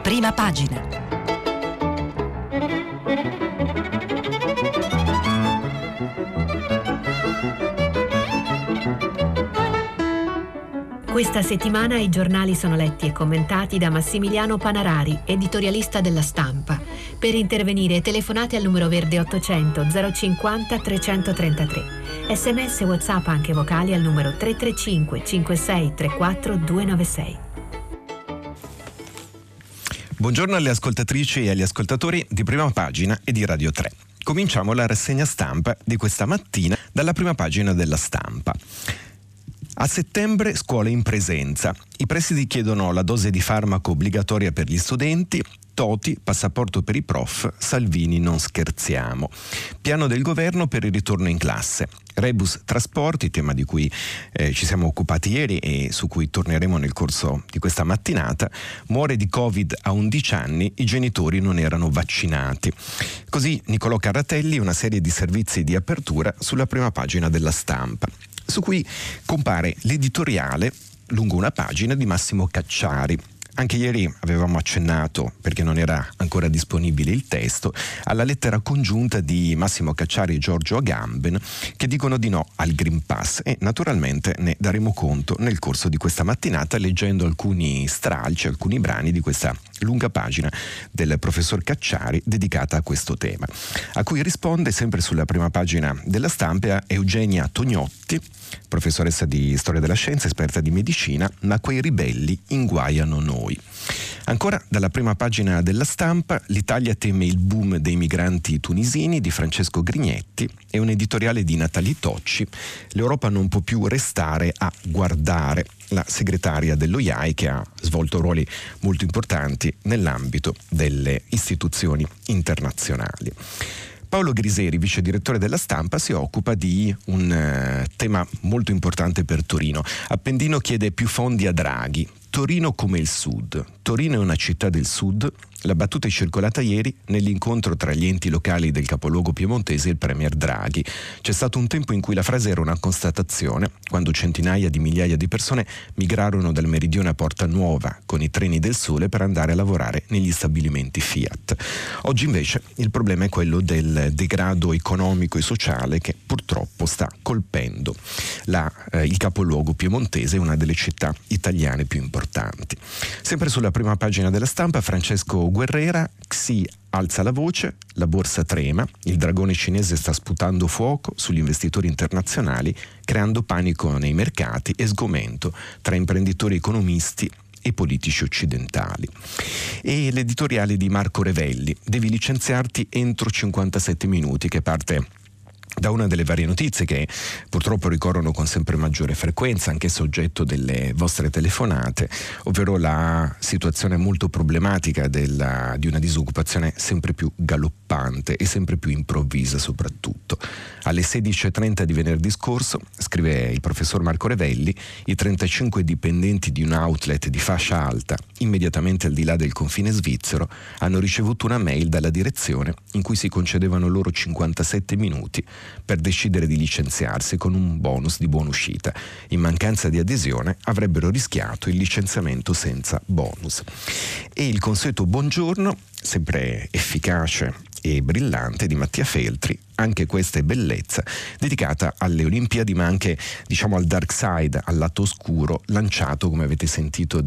Prima pagina. Questa settimana i giornali sono letti e commentati da Massimiliano Panarari, editorialista della Stampa. Per intervenire telefonate al numero verde 800 050 333. SMS WhatsApp anche vocali al numero 335 56 34 296. Buongiorno alle ascoltatrici e agli ascoltatori di Prima Pagina e di Radio 3. Cominciamo la rassegna stampa di questa mattina dalla prima pagina della Stampa. A settembre scuole in presenza. I presidi chiedono la dose di farmaco obbligatoria per gli studenti. Toti, passaporto per i prof, Salvini non scherziamo. Piano del governo per il ritorno in classe. Rebus trasporti, tema di cui ci siamo occupati ieri e su cui torneremo nel corso di questa mattinata. Muore di Covid a 11 anni, i genitori non erano vaccinati. Così Nicolò Carratelli, una serie di servizi di apertura sulla prima pagina della Stampa, su cui compare l'editoriale lungo una pagina di Massimo Cacciari. Anche ieri avevamo accennato, perché non era ancora disponibile il testo, alla lettera congiunta di Massimo Cacciari e Giorgio Agamben che dicono di no al Green Pass, e naturalmente ne daremo conto nel corso di questa mattinata leggendo alcuni stralci, alcuni brani di questa lunga pagina del professor Cacciari dedicata a questo tema, a cui risponde sempre sulla prima pagina della Stampa Eugenia Tognotti, professoressa di storia della scienza, esperta di medicina, ma quei ribelli inguaiano noi. Ancora dalla prima pagina della Stampa, l'Italia teme il boom dei migranti tunisini di Francesco Grignetti e un editoriale di Natalie Tocci, l'Europa non può più restare a guardare, la segretaria dell'OIAE che ha svolto ruoli molto importanti nell'ambito delle istituzioni internazionali. Paolo Griseri, vice direttore della Stampa, si occupa di un tema molto importante per Torino. Appendino chiede più fondi a Draghi. Torino come il Sud. Torino è una città del Sud. La battuta è circolata ieri nell'incontro tra gli enti locali del capoluogo piemontese e il premier Draghi. C'è stato un tempo in cui la frase era una constatazione, quando centinaia di migliaia di persone migrarono dal meridione a Porta Nuova con i treni del sole per andare a lavorare negli stabilimenti Fiat. Oggi invece il problema è quello del degrado economico e sociale che purtroppo sta colpendo il capoluogo piemontese, una delle città italiane più importanti. Sempre sulla prima pagina della Stampa, Francesco Guerrera, Xi alza la voce, la borsa trema, il dragone cinese sta sputando fuoco sugli investitori internazionali, creando panico nei mercati e sgomento tra imprenditori economisti e politici occidentali. E l'editoriale di Marco Revelli, devi licenziarti entro 57 minuti, che parte da una delle varie notizie che purtroppo ricorrono con sempre maggiore frequenza, anch'esso oggetto delle vostre telefonate, ovvero la situazione molto problematica di una disoccupazione sempre più galoppante e sempre più improvvisa soprattutto. Alle 16:30 di venerdì scorso, scrive il professor Marco Revelli, i 35 dipendenti di un outlet di fascia alta, immediatamente al di là del confine svizzero, hanno ricevuto una mail dalla direzione in cui si concedevano loro 57 minuti per decidere di licenziarsi con un bonus di buona uscita. In mancanza di adesione avrebbero rischiato il licenziamento senza bonus. E il consueto buongiorno, sempre efficace e brillante, di Mattia Feltri, anche questa è bellezza, dedicata alle Olimpiadi ma anche al dark side, al lato oscuro, lanciato, come avete sentito,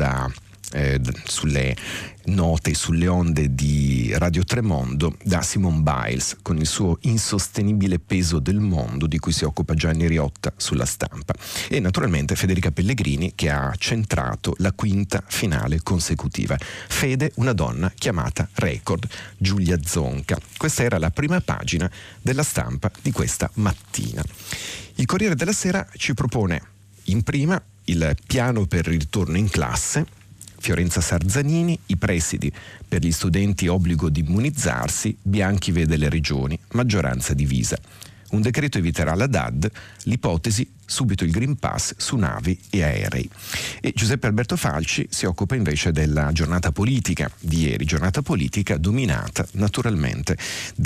sulle note, sulle onde di Radio Tremondo, da Simone Biles, con il suo insostenibile peso del mondo, di cui si occupa Gianni Riotta sulla Stampa, e naturalmente Federica Pellegrini, che ha centrato la quinta finale consecutiva. Fede, una donna chiamata record, Giulia Zonca. Questa era la prima pagina della Stampa di questa mattina. Il Corriere della Sera ci propone in prima il piano per il ritorno in classe. Fiorenza Sarzanini, i presidi per gli studenti, obbligo di immunizzarsi, Bianchi vede le regioni, maggioranza divisa. Un decreto eviterà la DAD, l'ipotesi subito il Green Pass su navi e aerei. E Giuseppe Alberto Falci si occupa invece della giornata politica di ieri, giornata politica dominata naturalmente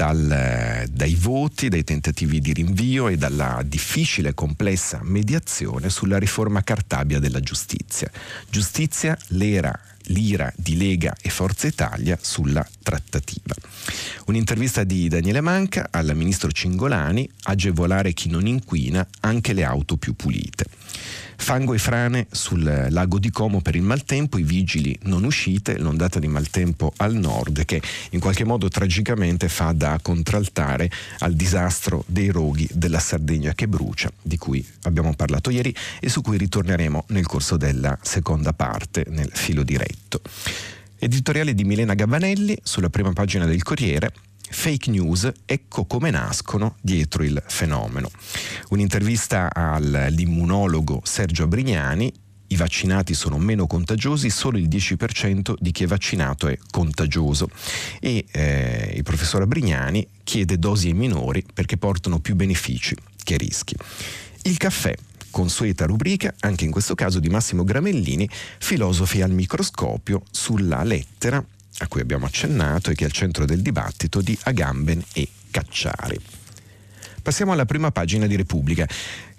dai voti, dai tentativi di rinvio e dalla difficile e complessa mediazione sulla riforma Cartabia della giustizia. Giustizia, l'era l'ira di Lega e Forza Italia sulla trattativa. Un'intervista di Daniele Manca al ministro Cingolani: agevolare chi non inquina, anche le auto più pulite. Fango e frane sul lago di Como per il maltempo, i vigili non uscite, l'ondata di maltempo al nord che in qualche modo tragicamente fa da contraltare al disastro dei roghi della Sardegna che brucia, di cui abbiamo parlato ieri e su cui ritorneremo nel corso della seconda parte nel filo diretto. Editoriale di Milena Gabanelli sulla prima pagina del Corriere: fake news, ecco come nascono dietro il fenomeno. Un'intervista all'immunologo Sergio Abrignani: i vaccinati sono meno contagiosi, solo il 10% di chi è vaccinato è contagioso. E il professor Abrignani chiede dosi ai minori perché portano più benefici che rischi. Il Caffè, consueta rubrica, anche in questo caso di Massimo Gramellini, filosofi al microscopio, sulla lettera a cui abbiamo accennato e che è al centro del dibattito di Agamben e Cacciari. Passiamo alla prima pagina di Repubblica,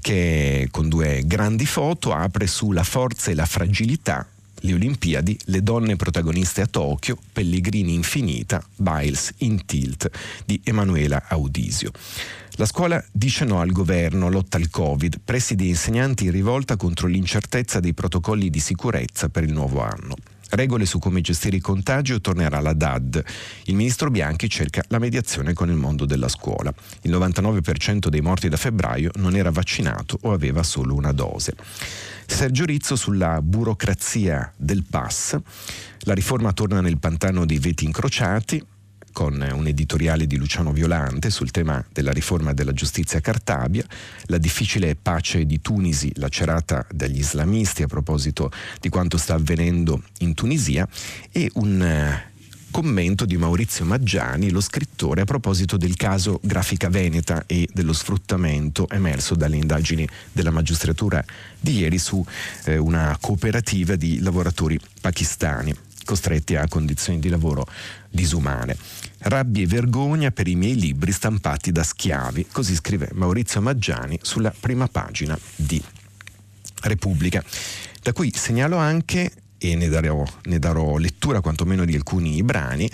che con due grandi foto apre sulla forza e la fragilità, le Olimpiadi, le donne protagoniste a Tokyo, Pellegrini infinita, Biles in tilt, di Emanuela Audisio. La scuola dice no al governo, lotta al Covid, presidi e insegnanti in rivolta contro l'incertezza dei protocolli di sicurezza per il nuovo anno. Regole su come gestire i contagi o tornerà la DAD. Il ministro Bianchi cerca la mediazione con il mondo della scuola. Il 99% dei morti da febbraio non era vaccinato o aveva solo una dose. Sergio Rizzo sulla burocrazia del pass. La riforma torna nel pantano dei veti incrociati, con un editoriale di Luciano Violante sul tema della riforma della giustizia Cartabia, la difficile pace di Tunisi lacerata dagli islamisti a proposito di quanto sta avvenendo in Tunisia, e un commento di Maurizio Maggiani, lo scrittore, a proposito del caso Grafica Veneta e dello sfruttamento emerso dalle indagini della magistratura di ieri su una cooperativa di lavoratori pakistani costretti a condizioni di lavoro disumane. Rabbia e vergogna per i miei libri stampati da schiavi, così scrive Maurizio Maggiani sulla prima pagina di Repubblica, da cui segnalo anche, e ne darò lettura quantomeno di alcuni brani,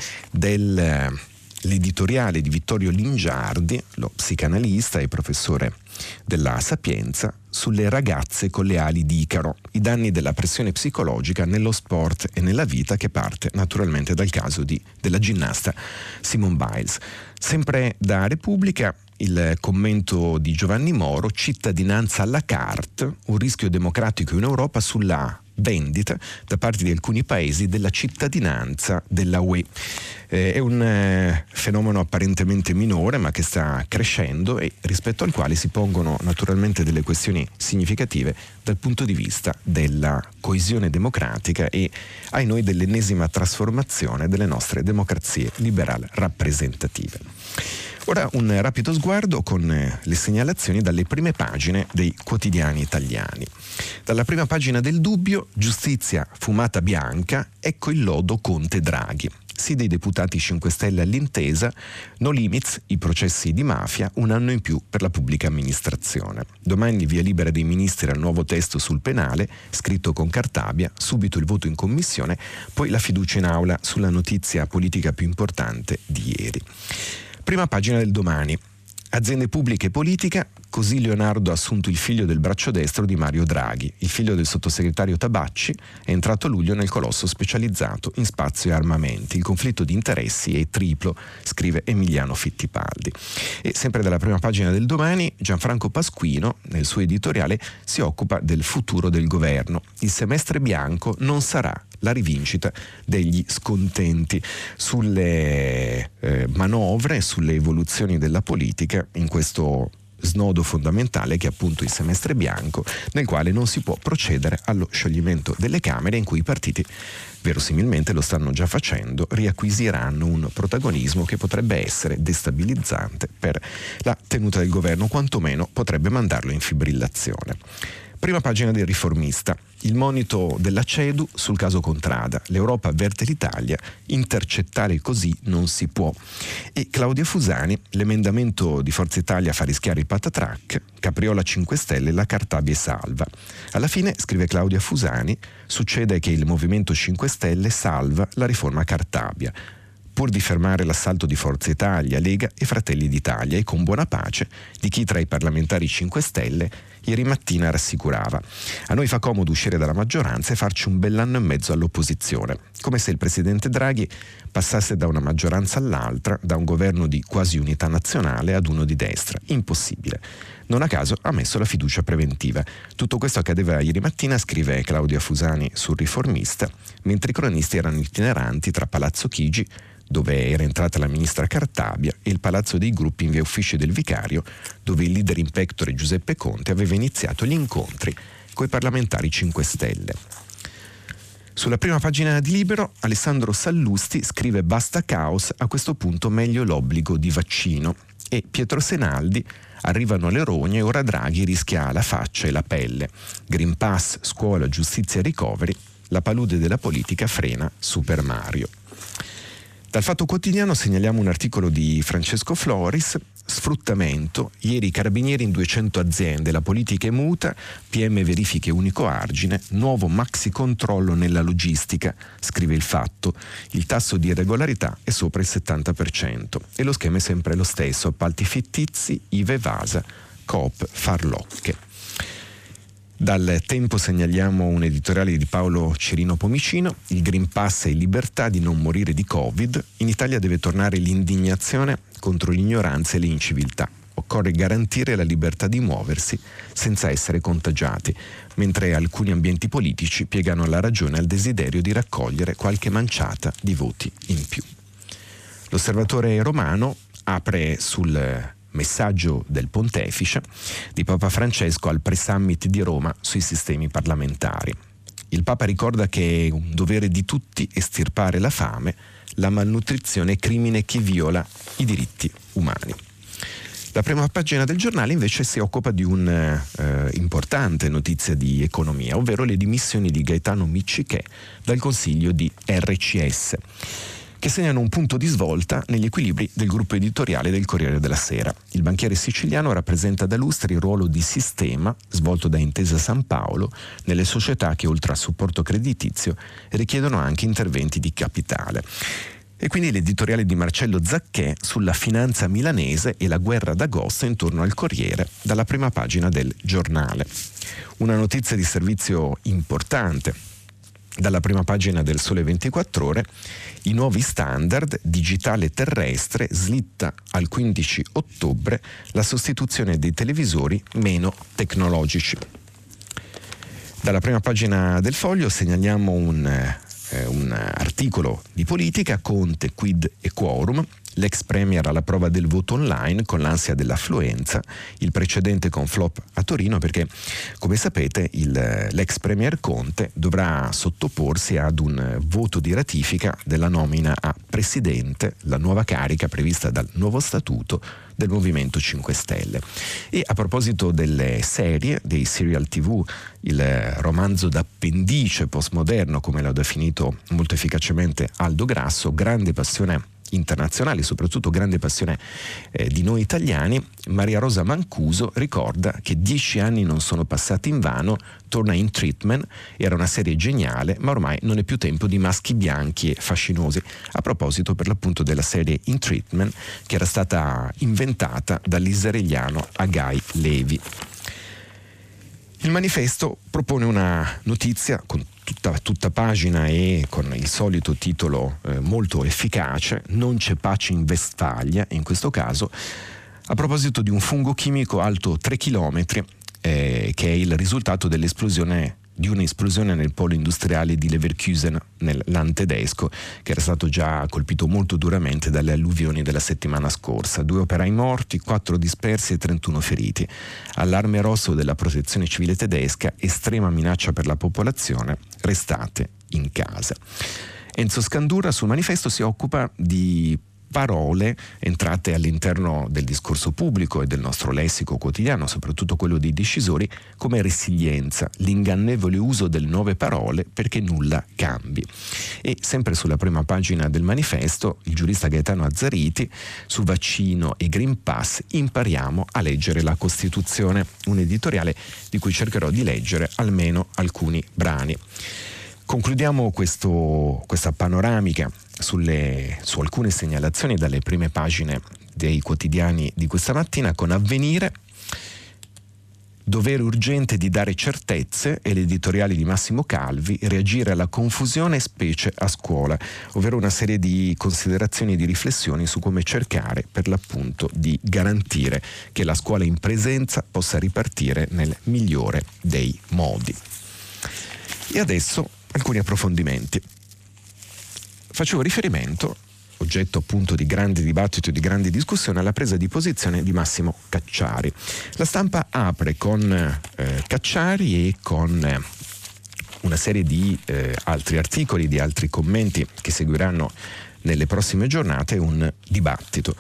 dell'editoriale di Vittorio Lingiardi, lo psicanalista e professore della Sapienza, sulle ragazze con le ali di Icaro, i danni della pressione psicologica nello sport e nella vita, che parte naturalmente dal caso della ginnasta Simone Biles. Sempre da Repubblica il commento di Giovanni Moro: cittadinanza alla carte, un rischio democratico in Europa sulla vendita da parte di alcuni paesi della cittadinanza della UE. È un fenomeno apparentemente minore ma che sta crescendo e rispetto al quale si pongono naturalmente delle questioni significative dal punto di vista della coesione democratica e, ai noi, dell'ennesima trasformazione delle nostre democrazie liberal rappresentative. Ora un rapido sguardo con le segnalazioni dalle prime pagine dei quotidiani italiani. Dalla prima pagina del Dubbio: giustizia fumata bianca, ecco il lodo Conte-Draghi. Sì dei deputati 5 Stelle all'intesa, no limits, i processi di mafia, un anno in più per la pubblica amministrazione. Domani via libera dei ministri al nuovo testo sul penale, scritto con Cartabia, subito il voto in commissione, poi la fiducia in aula sulla notizia politica più importante di ieri. Prima pagina del Domani. Aziende pubbliche e politica, così Leonardo ha assunto il figlio del braccio destro di Mario Draghi. Il figlio del sottosegretario Tabacci è entrato a luglio nel colosso specializzato in spazio e armamenti. Il conflitto di interessi è triplo, scrive Emiliano Fittipaldi. E sempre dalla prima pagina del Domani, Gianfranco Pasquino, nel suo editoriale, si occupa del futuro del governo. Il semestre bianco non sarà la rivincita degli scontenti. Sulle manovre, sulle evoluzioni della politica in questo snodo fondamentale che è appunto il semestre bianco, nel quale non si può procedere allo scioglimento delle Camere, in cui i partiti, verosimilmente lo stanno già facendo, riacquisiranno un protagonismo che potrebbe essere destabilizzante per la tenuta del governo, quantomeno potrebbe mandarlo in fibrillazione. Prima pagina del Riformista. Il monito della CEDU sul caso Contrada. L'Europa avverte l'Italia, intercettare così non si può. E Claudia Fusani, l'emendamento di Forza Italia fa rischiare il patatrac, Capriola 5 Stelle, la Cartabia è salva. Alla fine, scrive Claudia Fusani, succede che il Movimento 5 Stelle salva la riforma Cartabia, pur di fermare l'assalto di Forza Italia, Lega e Fratelli d'Italia, e con buona pace di chi tra i parlamentari 5 Stelle ieri mattina rassicurava: a noi fa comodo uscire dalla maggioranza e farci un bell'anno e mezzo all'opposizione, come se il presidente Draghi passasse da una maggioranza all'altra, da un governo di quasi unità nazionale ad uno di destra. Impossibile. Non a caso ha messo la fiducia preventiva. Tutto questo accadeva ieri mattina, scrive Claudia Fusani sul Riformista, mentre i cronisti erano itineranti tra Palazzo Chigi, dove era entrata la ministra Cartabia, e il Palazzo dei Gruppi in via Uffici del Vicario, dove il leader in pectore Giuseppe Conte aveva iniziato gli incontri coi parlamentari 5 Stelle. Sulla prima pagina di Libero, Alessandro Sallusti scrive: basta caos, a questo punto meglio l'obbligo di vaccino. E Pietro Senaldi: arrivano le rogne, ora Draghi rischia la faccia e la pelle. Green Pass, scuola, giustizia e ricoveri, la palude della politica frena Super Mario. Dal Fatto Quotidiano segnaliamo un articolo di Francesco Floris: sfruttamento, ieri i carabinieri in 200 aziende, la politica è muta, PM verifiche unico argine, nuovo maxi controllo nella logistica, scrive Il Fatto, il tasso di irregolarità è sopra il 70% e lo schema è sempre lo stesso: appalti fittizi, IVA evasa, Coop farlocche. Dal Tempo segnaliamo un editoriale di Paolo Cirino Pomicino: il Green Pass è libertà di non morire di Covid, in Italia deve tornare l'indignazione contro l'ignoranza e le inciviltà, occorre garantire la libertà di muoversi senza essere contagiati, mentre alcuni ambienti politici piegano la ragione al desiderio di raccogliere qualche manciata di voti in più. L'Osservatore Romano apre sul messaggio del Pontefice di Papa Francesco al pre-summit di Roma sui sistemi parlamentari. Il Papa ricorda che è un dovere di tutti estirpare la fame, la malnutrizione è crimine che viola i diritti umani. La prima pagina del Giornale invece si occupa di importante notizia di economia, ovvero le dimissioni di Gaetano Miccichè dal consiglio di RCS, che segnano un punto di svolta negli equilibri del gruppo editoriale del Corriere della Sera. Il banchiere siciliano rappresenta da lustri il ruolo di sistema svolto da Intesa San Paolo nelle società che, oltre al supporto creditizio, richiedono anche interventi di capitale. E quindi l'editoriale di Marcello Zacchè sulla finanza milanese e la guerra d'agosto intorno al Corriere, dalla prima pagina del Giornale. Una notizia di servizio importante. Dalla prima pagina del Sole 24 Ore, i nuovi standard, digitale terrestre, slitta al 15 ottobre la sostituzione dei televisori meno tecnologici. Dalla prima pagina del Foglio segnaliamo un articolo di politica: Conte, quid e quorum. L'ex premier alla prova del voto online con l'ansia dell'affluenza, il precedente con flop a Torino, perché come sapete l'ex premier Conte dovrà sottoporsi ad un voto di ratifica della nomina a presidente, la nuova carica prevista dal nuovo statuto del Movimento 5 Stelle. E a proposito delle serie, dei serial TV, il romanzo d'appendice postmoderno, come l'ha definito molto efficacemente Aldo Grasso, grande passione internazionale, soprattutto grande passione di noi italiani. Maria Rosa Mancuso ricorda che 10 anni non sono passati invano, torna In Treatment, era una serie geniale, ma ormai non è più tempo di maschi bianchi e fascinosi. A proposito per l'appunto della serie In Treatment, che era stata inventata dall'israeliano Hagai Levi. Il Manifesto propone una notizia con tutta pagina e con il solito titolo molto efficace: non c'è pace in Vestfalia, in questo caso a proposito di un fungo chimico alto 3 chilometri che è il risultato di un'esplosione nel polo industriale di Leverkusen, nel Land tedesco, che era stato già colpito molto duramente dalle alluvioni della settimana scorsa. 2 operai morti, 4 dispersi e 31 feriti. Allarme rosso della protezione civile tedesca, estrema minaccia per la popolazione, restate in casa. Enzo Scandurra sul Manifesto si occupa di parole entrate all'interno del discorso pubblico e del nostro lessico quotidiano, soprattutto quello dei decisori, come resilienza, l'ingannevole uso delle nuove parole perché nulla cambi. E sempre sulla prima pagina del manifesto, il giurista Gaetano Azzariti, su vaccino e Green Pass, impariamo a leggere la Costituzione, un editoriale di cui cercherò di leggere almeno alcuni brani. Concludiamo questa panoramica su alcune segnalazioni dalle prime pagine dei quotidiani di questa mattina con Avvenire, dovere urgente di dare certezze e l'editoriale di Massimo Calvi, reagire alla confusione specie a scuola, ovvero una serie di considerazioni e di riflessioni su come cercare per l'appunto di garantire che la scuola in presenza possa ripartire nel migliore dei modi. E adesso alcuni approfondimenti. Facevo riferimento, oggetto appunto di grande dibattito e di grande discussione, alla presa di posizione di Massimo Cacciari. La Stampa apre con Cacciari e con una serie di altri articoli, di altri commenti che seguiranno nelle prossime giornate, un dibattito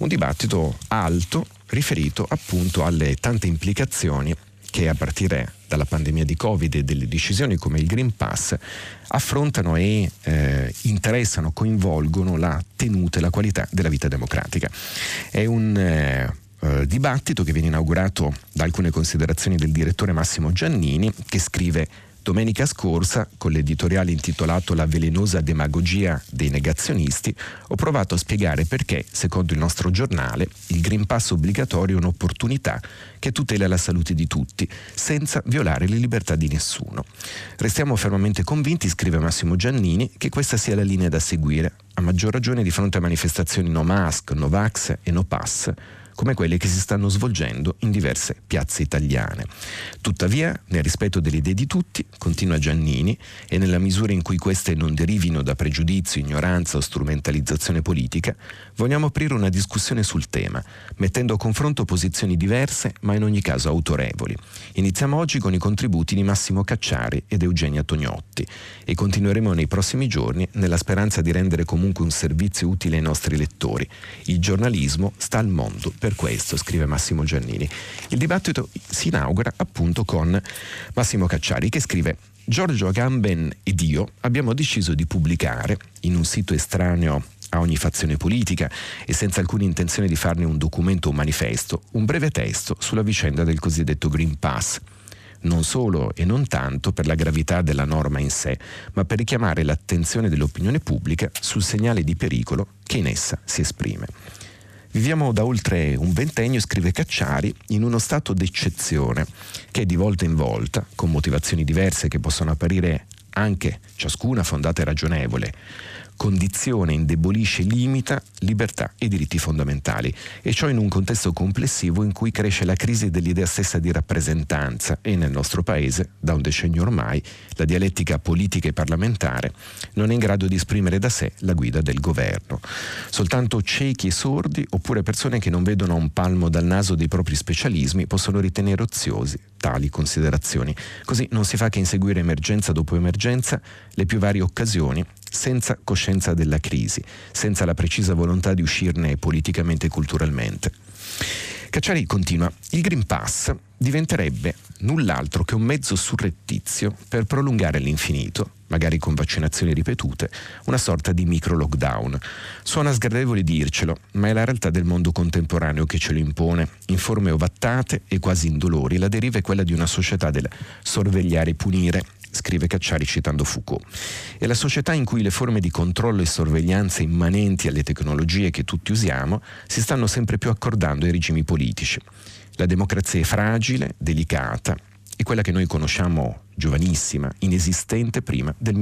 alto riferito appunto alle tante implicazioni che a partire dalla pandemia di Covid e delle decisioni come il Green Pass affrontano e interessano, coinvolgono la tenuta e la qualità della vita democratica. È un dibattito che viene inaugurato da alcune considerazioni del direttore Massimo Giannini, che scrive: domenica scorsa, con l'editoriale intitolato La velenosa demagogia dei negazionisti, ho provato a spiegare perché, secondo il nostro giornale, il Green Pass obbligatorio è un'opportunità che tutela la salute di tutti, senza violare le libertà di nessuno. Restiamo fermamente convinti, scrive Massimo Giannini, che questa sia la linea da seguire, a maggior ragione di fronte a manifestazioni no mask, no vax e no pass, come quelle che si stanno svolgendo in diverse piazze italiane. Tuttavia, nel rispetto delle idee di tutti, continua Giannini, e nella misura in cui queste non derivino da pregiudizio, ignoranza o strumentalizzazione politica, vogliamo aprire una discussione sul tema, mettendo a confronto posizioni diverse ma in ogni caso autorevoli. Iniziamo oggi con i contributi di Massimo Cacciari ed Eugenia Tognotti e continueremo nei prossimi giorni nella speranza di rendere comunque un servizio utile ai nostri lettori. Il giornalismo sta al mondo per questo, scrive Massimo Giannini. Il dibattito si inaugura appunto con Massimo Cacciari, che scrive: Giorgio Agamben ed io abbiamo deciso di pubblicare, in un sito estraneo a ogni fazione politica e senza alcuna intenzione di farne un documento o un manifesto, un breve testo sulla vicenda del cosiddetto Green Pass. Non solo e non tanto per la gravità della norma in sé, ma per richiamare l'attenzione dell'opinione pubblica sul segnale di pericolo che in essa si esprime. Viviamo da oltre un ventennio, scrive Cacciari, in uno stato d'eccezione che di volta in volta, con motivazioni diverse che possono apparire anche ciascuna fondata e ragionevole, condizione, indebolisce, limita libertà e diritti fondamentali, e ciò in un contesto complessivo in cui cresce la crisi dell'idea stessa di rappresentanza e nel nostro paese, da un decennio ormai, la dialettica politica e parlamentare non è in grado di esprimere da sé la guida del governo. Soltanto ciechi e sordi, oppure persone che non vedono a un palmo dal naso dei propri specialismi, possono ritenere oziosi tali considerazioni. Così non si fa che inseguire emergenza dopo emergenza le più varie occasioni, senza coscienza della crisi, senza la precisa volontà di uscirne politicamente e culturalmente. Cacciari continua: il Green Pass diventerebbe null'altro che un mezzo surrettizio per prolungare all'infinito, magari con vaccinazioni ripetute, una sorta di micro-lockdown. Suona sgradevole dircelo, ma è la realtà del mondo contemporaneo che ce lo impone, in forme ovattate e quasi indolori. La deriva è quella di una società del sorvegliare e punire, scrive Cacciari citando Foucault. È la società in cui le forme di controllo e sorveglianza immanenti alle tecnologie che tutti usiamo si stanno sempre più accordando ai regimi politici. La democrazia è fragile, delicata, e quella che noi conosciamo giovanissima, inesistente prima del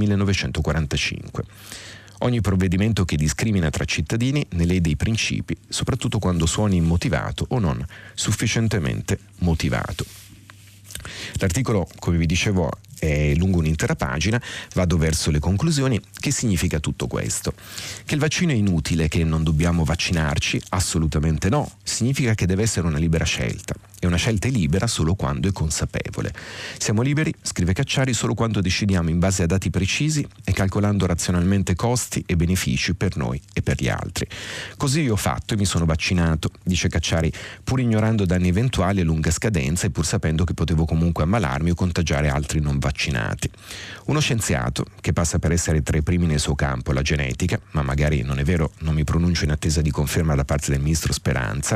1945. Ogni provvedimento che discrimina tra cittadini ne lede i principi, soprattutto quando suoni immotivato o non sufficientemente motivato. L'articolo, come vi dicevo, è lungo un'intera pagina, vado verso le conclusioni. Che significa tutto questo? Che il vaccino è inutile, che non dobbiamo vaccinarci? Assolutamente no. Significa che deve essere una libera scelta. E una scelta è libera solo quando è consapevole. Siamo liberi, scrive Cacciari, solo quando decidiamo in base a dati precisi e calcolando razionalmente costi e benefici per noi e per gli altri. Così io ho fatto e mi sono vaccinato, dice Cacciari, pur ignorando danni eventuali a lunga scadenza e pur sapendo che potevo comunque ammalarmi o contagiare altri non vaccinati. Uno scienziato, che passa per essere tra i primi nel suo campo, la genetica, ma magari non è vero, non mi pronuncio in attesa di conferma da parte del ministro Speranza,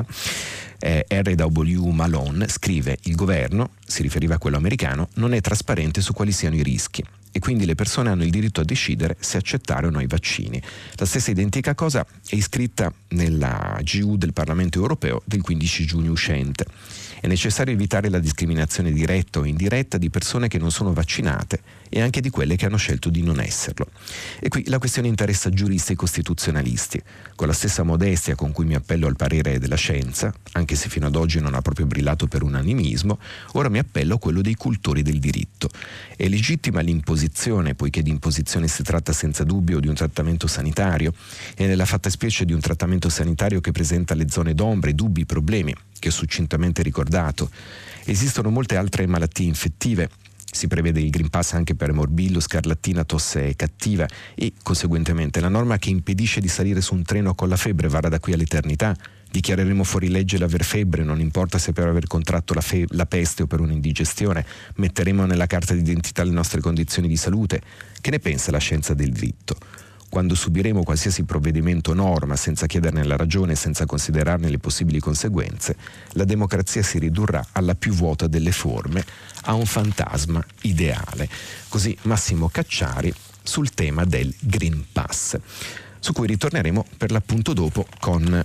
R.W. Malone scrive: il governo, si riferiva a quello americano, non è trasparente su quali siano i rischi e quindi le persone hanno il diritto a decidere se accettare o no i vaccini. La stessa identica cosa è iscritta nella GU del Parlamento europeo del 15 giugno uscente. È necessario evitare la discriminazione diretta o indiretta di persone che non sono vaccinate e anche di quelle che hanno scelto di non esserlo. E qui la questione interessa giuristi e costituzionalisti. Con la stessa modestia con cui mi appello al parere della scienza, anche se fino ad oggi non ha proprio brillato per unanimismo, ora mi appello a quello dei cultori del diritto. È legittima l'imposizione, poiché di imposizione si tratta senza dubbio di un trattamento sanitario, e nella fattispecie di un trattamento sanitario che presenta le zone d'ombra, i dubbi, i problemi, che ho succintamente ricordato. Esistono molte altre malattie infettive. Si prevede il Green Pass anche per morbillo, scarlattina, tosse cattiva e, conseguentemente, la norma che impedisce di salire su un treno con la febbre varrà da qui all'eternità. Dichiareremo fuori legge l'aver febbre, non importa se per aver contratto la peste o per un'indigestione. Metteremo nella carta d'identità le nostre condizioni di salute. Che ne pensa la scienza del diritto? Quando subiremo qualsiasi provvedimento o norma senza chiederne la ragione e senza considerarne le possibili conseguenze, la democrazia si ridurrà alla più vuota delle forme, a un fantasma ideale. Così Massimo Cacciari sul tema del Green Pass, su cui ritorneremo per l'appunto dopo con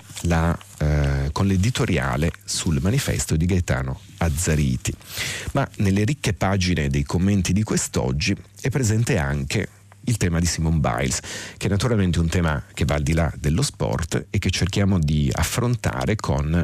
l'editoriale sul manifesto di Gaetano Azzariti. Ma nelle ricche pagine dei commenti di quest'oggi è presente anche il tema di Simone Biles, che è naturalmente un tema che va al di là dello sport e che cerchiamo di affrontare con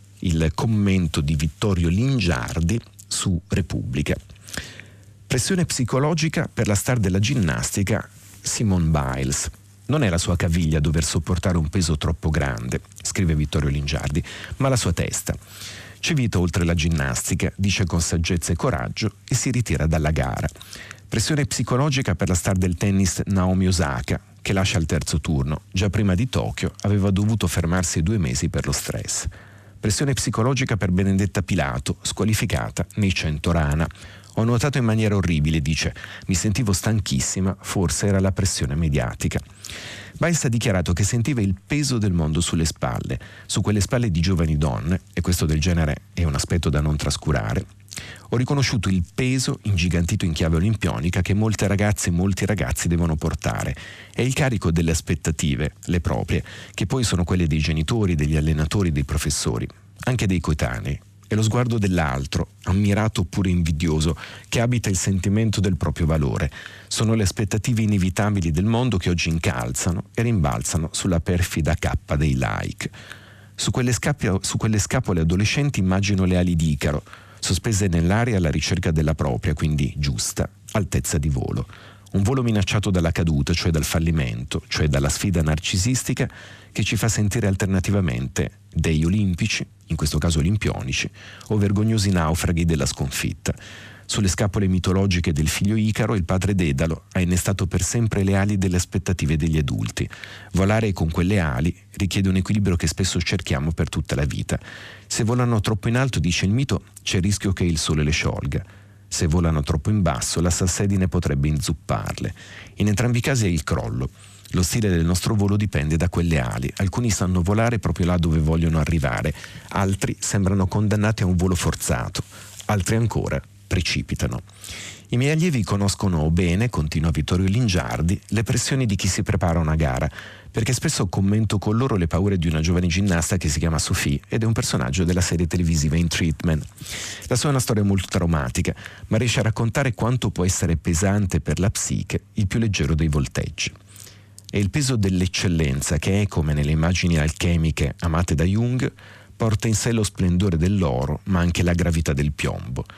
il commento di Vittorio Lingiardi su Repubblica. Pressione psicologica per la star della ginnastica Simone Biles. Non è la sua caviglia dover sopportare un peso troppo grande, scrive Vittorio Lingiardi, ma la sua testa. C'è vita oltre la ginnastica, dice con saggezza e coraggio e si ritira dalla gara. Pressione psicologica per la star del tennis Naomi Osaka, che lascia al terzo turno. Già prima di Tokyo aveva dovuto fermarsi 2 mesi per lo stress. Pressione psicologica per Benedetta Pilato, squalificata nei 100 rana. Ho nuotato in maniera orribile, dice. Mi sentivo stanchissima, forse era la pressione mediatica. Biles ha dichiarato che sentiva il peso del mondo sulle spalle, su quelle spalle di giovani donne, e questo del genere è un aspetto da non trascurare. Ho riconosciuto il peso ingigantito in chiave olimpionica che molte ragazze e molti ragazzi devono portare e il carico delle aspettative, le proprie, che poi sono quelle dei genitori, degli allenatori, dei professori, anche dei coetanei, e lo sguardo dell'altro, ammirato oppure invidioso, che abita il sentimento del proprio valore. Sono le aspettative inevitabili del mondo che oggi incalzano e rimbalzano sulla perfida cappa dei like. Su quelle scapole adolescenti immagino le ali di Icaro, sospese nell'aria alla ricerca della propria, quindi giusta, altezza di volo. Un volo minacciato dalla caduta, cioè dal fallimento, cioè dalla sfida narcisistica che ci fa sentire alternativamente dei olimpici, in questo caso olimpionici, o vergognosi naufraghi della sconfitta. Sulle scapole mitologiche del figlio Icaro, il padre Dedalo ha innestato per sempre le ali delle aspettative degli adulti. Volare con quelle ali richiede un equilibrio che spesso cerchiamo per tutta la vita. Se volano troppo in alto, dice il mito, c'è il rischio che il sole le sciolga. Se volano troppo in basso, la salsedine potrebbe inzupparle. In entrambi i casi è il crollo. Lo stile del nostro volo dipende da quelle ali. Alcuni sanno volare proprio là dove vogliono arrivare, altri sembrano condannati a un volo forzato, altri ancora precipitano. I miei allievi conoscono bene, continua Vittorio Lingiardi, le pressioni di chi si prepara a una gara, perché spesso commento con loro le paure di una giovane ginnasta che si chiama Sophie ed è un personaggio della serie televisiva In Treatment. La sua è una storia molto traumatica, ma riesce a raccontare quanto può essere pesante per la psiche il più leggero dei volteggi. È il peso dell'eccellenza che è, come nelle immagini alchemiche amate da Jung, porta in sé lo splendore dell'oro, ma anche la gravità del piombo.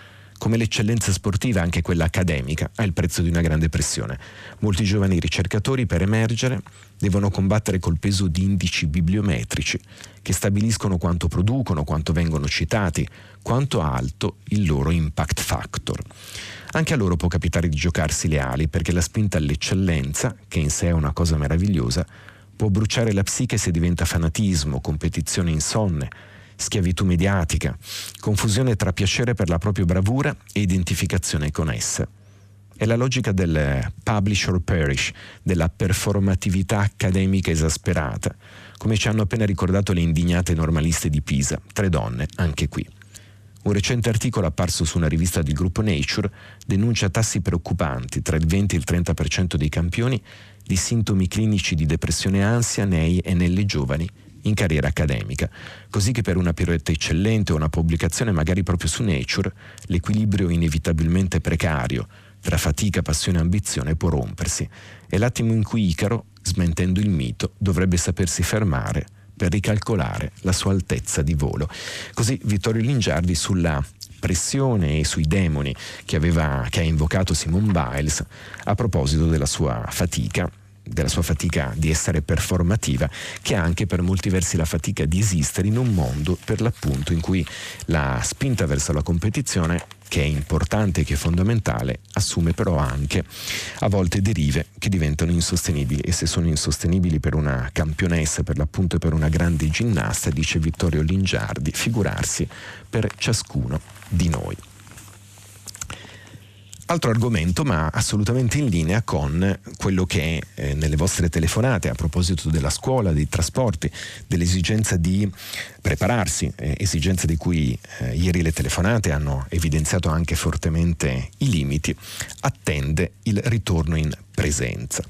Come l'eccellenza sportiva, anche quella accademica ha il prezzo di una grande pressione. Molti giovani ricercatori, per emergere, devono combattere col peso di indici bibliometrici che stabiliscono quanto producono, quanto vengono citati, quanto alto il loro impact factor. Anche a loro può capitare di giocarsi le ali, perché la spinta all'eccellenza, che in sé è una cosa meravigliosa, può bruciare la psiche se diventa fanatismo, competizione insonne, schiavitù mediatica, confusione tra piacere per la propria bravura e identificazione con essa. È la logica del publish or perish, della performatività accademica esasperata, come ci hanno appena ricordato le indignate normaliste di Pisa, 3 donne, anche qui. Un recente articolo apparso su una rivista del gruppo Nature denuncia tassi preoccupanti, tra il 20 e il 30% dei campioni, di sintomi clinici di depressione e ansia nei e nelle giovani in carriera accademica, così che per una piroetta eccellente o una pubblicazione magari proprio su Nature, l'equilibrio inevitabilmente precario tra fatica, passione e ambizione può rompersi. È l'attimo in cui Icaro, smentendo il mito, dovrebbe sapersi fermare per ricalcolare la sua altezza di volo. Così Vittorio Lingiardi sulla pressione e sui demoni che ha invocato Simone Biles a proposito della sua fatica di essere performativa, che ha anche per molti versi la fatica di esistere in un mondo per l'appunto in cui la spinta verso la competizione, che è importante e che è fondamentale, assume però anche a volte derive che diventano insostenibili, e se sono insostenibili per una campionessa, per l'appunto per una grande ginnasta, dice Vittorio Lingiardi, figurarsi per ciascuno di noi. Altro argomento, ma assolutamente in linea con quello che nelle vostre telefonate a proposito della scuola, dei trasporti, dell'esigenza di prepararsi, esigenza di cui ieri le telefonate hanno evidenziato anche fortemente i limiti, attende il ritorno in presenza.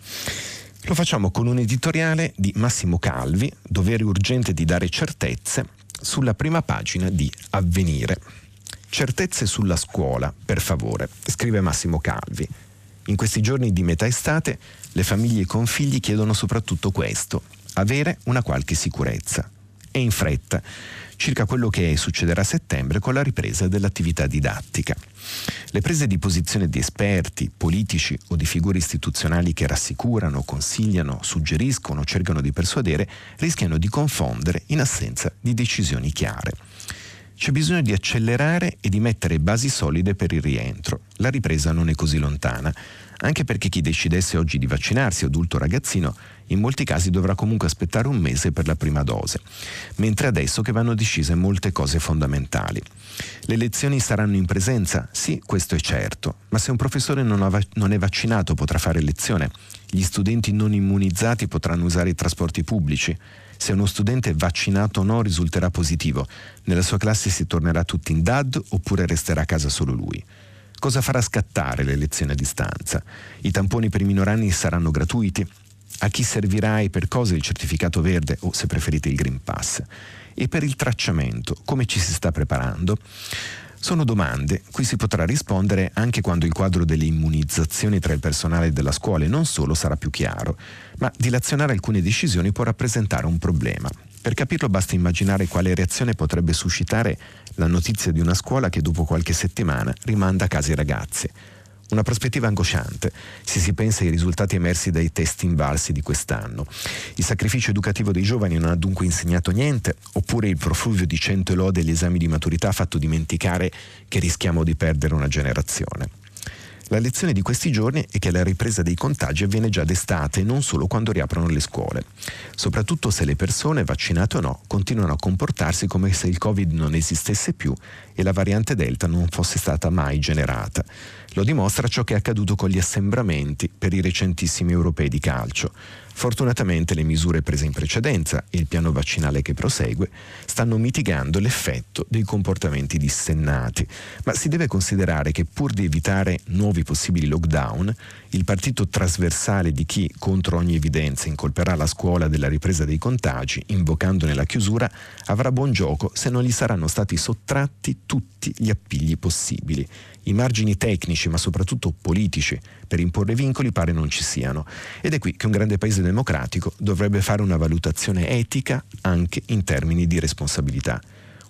Lo facciamo con un editoriale di Massimo Calvi, Dovere urgente di dare certezze, sulla prima pagina di Avvenire. Certezze sulla scuola, per favore, scrive Massimo Calvi. In questi giorni di metà estate le famiglie con figli chiedono soprattutto questo, avere una qualche sicurezza. E in fretta, circa quello che succederà a settembre con la ripresa dell'attività didattica. Le prese di posizione di esperti, politici o di figure istituzionali che rassicurano, consigliano, suggeriscono, cercano di persuadere, rischiano di confondere in assenza di decisioni chiare. C'è bisogno di accelerare e di mettere basi solide per il rientro. La ripresa non è così lontana, anche perché chi decidesse oggi di vaccinarsi, adulto o ragazzino, in molti casi dovrà comunque aspettare un mese per la prima dose, mentre adesso che vanno decise molte cose fondamentali. Le lezioni saranno in presenza? Sì, questo è certo, ma se un professore non è vaccinato potrà fare lezione? Gli studenti non immunizzati potranno usare i trasporti pubblici? Se uno studente vaccinato o no risulterà positivo, nella sua classe si tornerà tutti in DAD oppure resterà a casa solo lui? Cosa farà scattare le lezioni a distanza? I tamponi per i minorenni saranno gratuiti? A chi servirà e per cosa il certificato verde o, se preferite, il Green Pass? E per il tracciamento, come ci si sta preparando? Sono domande cui si potrà rispondere anche quando il quadro delle immunizzazioni tra il personale della scuola non solo sarà più chiaro, ma dilazionare alcune decisioni può rappresentare un problema. Per capirlo basta immaginare quale reazione potrebbe suscitare la notizia di una scuola che dopo qualche settimana rimanda a casa i ragazzi. Una prospettiva angosciante, se si pensa ai risultati emersi dai test invalsi di quest'anno. Il sacrificio educativo dei giovani non ha dunque insegnato niente, oppure il profluvio di 100 lode agli esami di maturità ha fatto dimenticare che rischiamo di perdere una generazione. La lezione di questi giorni è che la ripresa dei contagi avviene già d'estate e non solo quando riaprono le scuole, soprattutto se le persone, vaccinate o no, continuano a comportarsi come se il Covid non esistesse più e la variante Delta non fosse stata mai generata. Lo dimostra ciò che è accaduto con gli assembramenti per i recentissimi europei di calcio. Fortunatamente le misure prese in precedenza e il piano vaccinale che prosegue stanno mitigando l'effetto dei comportamenti dissennati, ma si deve considerare che pur di evitare nuovi possibili lockdown, il partito trasversale di chi, contro ogni evidenza, incolperà la scuola della ripresa dei contagi, invocandone la chiusura, avrà buon gioco se non gli saranno stati sottratti tutti gli appigli possibili. I margini tecnici, ma soprattutto politici, per imporre vincoli pare non ci siano. Ed è qui che un grande paese democratico dovrebbe fare una valutazione etica anche in termini di responsabilità.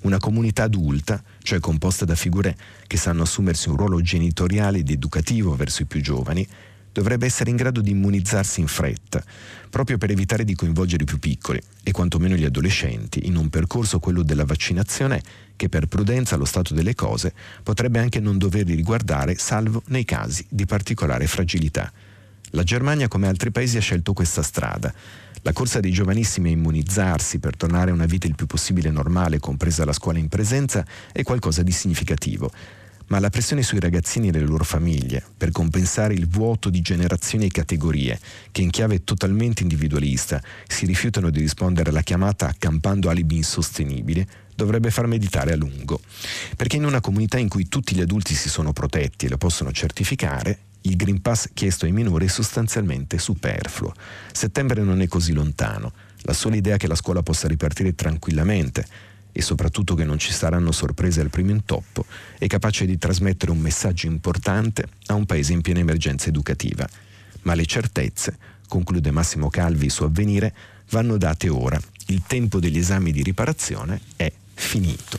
Una comunità adulta, cioè composta da figure che sanno assumersi un ruolo genitoriale ed educativo verso i più giovani, dovrebbe essere in grado di immunizzarsi in fretta, proprio per evitare di coinvolgere i più piccoli e quantomeno gli adolescenti in un percorso, quello della vaccinazione, che per prudenza allo stato delle cose potrebbe anche non doverli riguardare salvo nei casi di particolare fragilità. La Germania, come altri paesi, ha scelto questa strada. La corsa dei giovanissimi a immunizzarsi per tornare a una vita il più possibile normale, compresa la scuola in presenza, è qualcosa di significativo. Ma la pressione sui ragazzini e le loro famiglie per compensare il vuoto di generazioni e categorie che in chiave totalmente individualista si rifiutano di rispondere alla chiamata accampando alibi insostenibili dovrebbe far meditare a lungo, perché in una comunità in cui tutti gli adulti si sono protetti e lo possono certificare, il Green Pass chiesto ai minori è sostanzialmente superfluo. Settembre non è così lontano, la sola idea che la scuola possa ripartire tranquillamente e soprattutto che non ci saranno sorprese al primo intoppo è capace di trasmettere un messaggio importante a un paese in piena emergenza educativa. Ma le certezze, conclude Massimo Calvi su Avvenire, vanno date ora. Il tempo degli esami di riparazione è finito.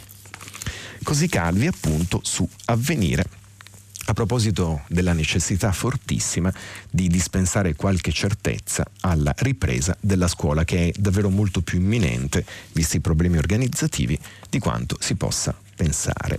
Così Calvi, appunto, su Avvenire, a proposito della necessità fortissima di dispensare qualche certezza alla ripresa della scuola, che è davvero molto più imminente, visti i problemi organizzativi, di quanto si possa pensare.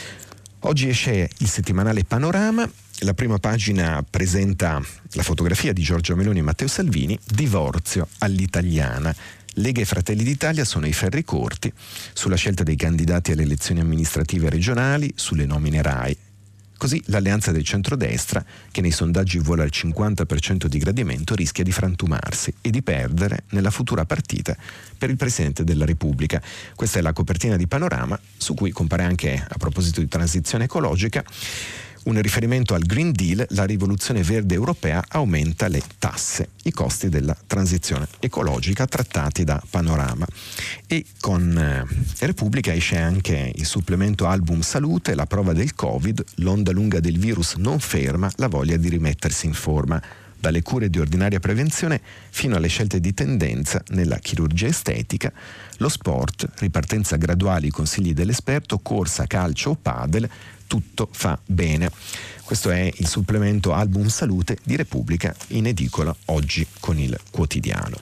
Oggi esce il settimanale Panorama. La prima pagina presenta la fotografia di Giorgia Meloni e Matteo Salvini, divorzio all'italiana. Lega e Fratelli d'Italia sono ai ferri corti sulla scelta dei candidati alle elezioni amministrative regionali, sulle nomine RAI. Così l'alleanza del centrodestra, che nei sondaggi vola al 50% di gradimento, rischia di frantumarsi e di perdere nella futura partita per il Presidente della Repubblica. Questa è la copertina di Panorama, su cui compare anche, a proposito di transizione ecologica, un riferimento al Green Deal. La rivoluzione verde europea aumenta le tasse, i costi della transizione ecologica, trattati da Panorama. E con Repubblica esce anche il supplemento Album Salute, la prova del Covid, l'onda lunga del virus non ferma la voglia di rimettersi in forma. Dalle cure di ordinaria prevenzione fino alle scelte di tendenza nella chirurgia estetica, lo sport, ripartenza graduale, i consigli dell'esperto, corsa, calcio o padel, tutto fa bene. Questo è il supplemento Album Salute di Repubblica, in edicola oggi con il Quotidiano.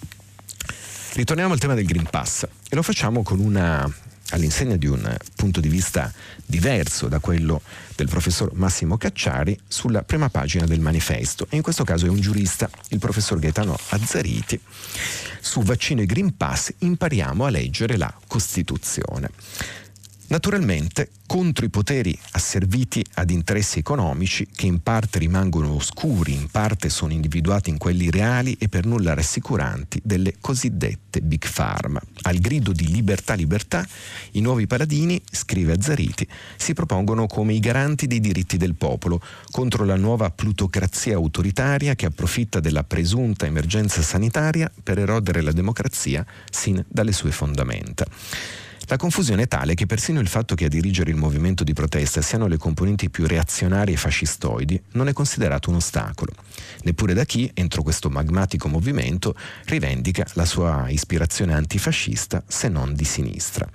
Ritorniamo al tema del Green Pass e lo facciamo con all'insegna di un punto di vista diverso da quello del professor Massimo Cacciari, sulla prima pagina del Manifesto, e in questo caso è un giurista, il professor Gaetano Azzariti. Su vaccino e Green Pass impariamo a leggere la Costituzione. Naturalmente contro i poteri asserviti ad interessi economici che in parte rimangono oscuri, in parte sono individuati in quelli reali e per nulla rassicuranti delle cosiddette Big Pharma. Al grido di libertà, libertà, i nuovi paladini, scrive Azzariti, si propongono come i garanti dei diritti del popolo contro la nuova plutocrazia autoritaria che approfitta della presunta emergenza sanitaria per erodere la democrazia sin dalle sue fondamenta. La confusione è tale che persino il fatto che a dirigere il movimento di protesta siano le componenti più reazionarie e fascistoidi non è considerato un ostacolo, neppure da chi, entro questo magmatico movimento, rivendica la sua ispirazione antifascista, se non di sinistra.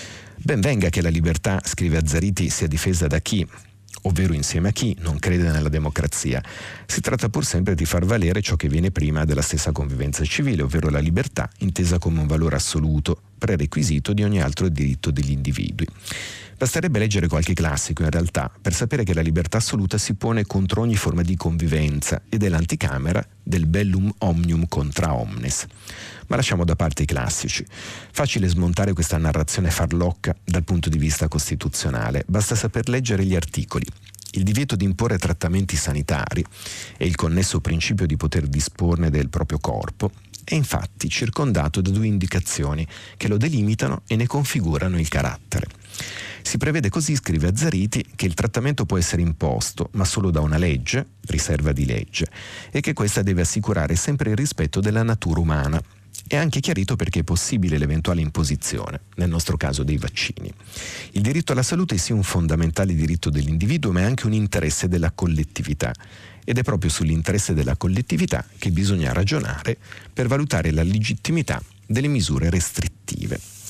Ben venga che la libertà, scrive Azzariti, sia difesa da chi, ovvero insieme a chi, non crede nella democrazia. Si tratta pur sempre di far valere ciò che viene prima della stessa convivenza civile, ovvero la libertà intesa come un valore assoluto, prerequisito di ogni altro diritto degli individui. Basterebbe leggere qualche classico, in realtà, per sapere che la libertà assoluta si pone contro ogni forma di convivenza ed è l'anticamera del bellum omnium contra omnes. Ma lasciamo da parte i classici. Facile smontare questa narrazione farlocca dal punto di vista costituzionale. Basta saper leggere gli articoli. Il divieto di imporre trattamenti sanitari e il connesso principio di poter disporne del proprio corpo è infatti circondato da due indicazioni che lo delimitano e ne configurano il carattere. Si prevede così, scrive Azzariti, che il trattamento può essere imposto, ma solo da una legge, riserva di legge, e che questa deve assicurare sempre il rispetto della natura umana. È anche chiarito perché è possibile l'eventuale imposizione, nel nostro caso dei vaccini. Il diritto alla salute sia un fondamentale diritto dell'individuo, ma è anche un interesse della collettività. Ed è proprio sull'interesse della collettività che bisogna ragionare per valutare la legittimità delle misure restrittive.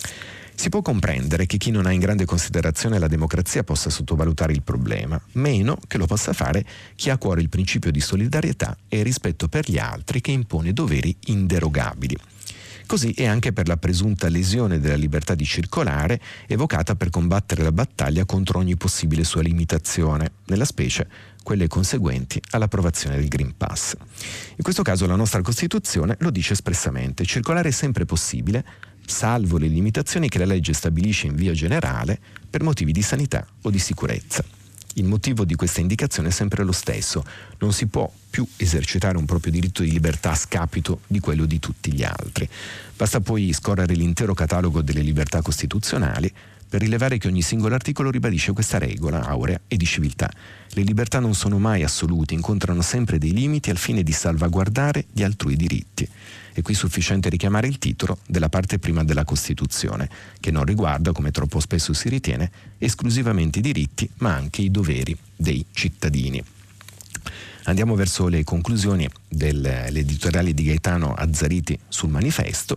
Si può comprendere che chi non ha in grande considerazione la democrazia possa sottovalutare il problema, meno che lo possa fare chi ha a cuore il principio di solidarietà e il rispetto per gli altri che impone doveri inderogabili. Così è anche per la presunta lesione della libertà di circolare evocata per combattere la battaglia contro ogni possibile sua limitazione, nella specie quelle conseguenti all'approvazione del Green Pass. In questo caso la nostra Costituzione lo dice espressamente: circolare è sempre possibile, salvo le limitazioni che la legge stabilisce in via generale per motivi di sanità o di sicurezza. Il motivo di questa indicazione è sempre lo stesso: non si può più esercitare un proprio diritto di libertà a scapito di quello di tutti gli altri. Basta poi scorrere l'intero catalogo delle libertà costituzionali per rilevare che ogni singolo articolo ribadisce questa regola aurea e di civiltà. Le libertà non sono mai assolute, incontrano sempre dei limiti al fine di salvaguardare gli altrui diritti. È qui sufficiente richiamare il titolo della parte prima della Costituzione, che non riguarda, come troppo spesso si ritiene, esclusivamente i diritti, ma anche i doveri dei cittadini. Andiamo verso le conclusioni dell'editoriale di Gaetano Azzariti sul Manifesto.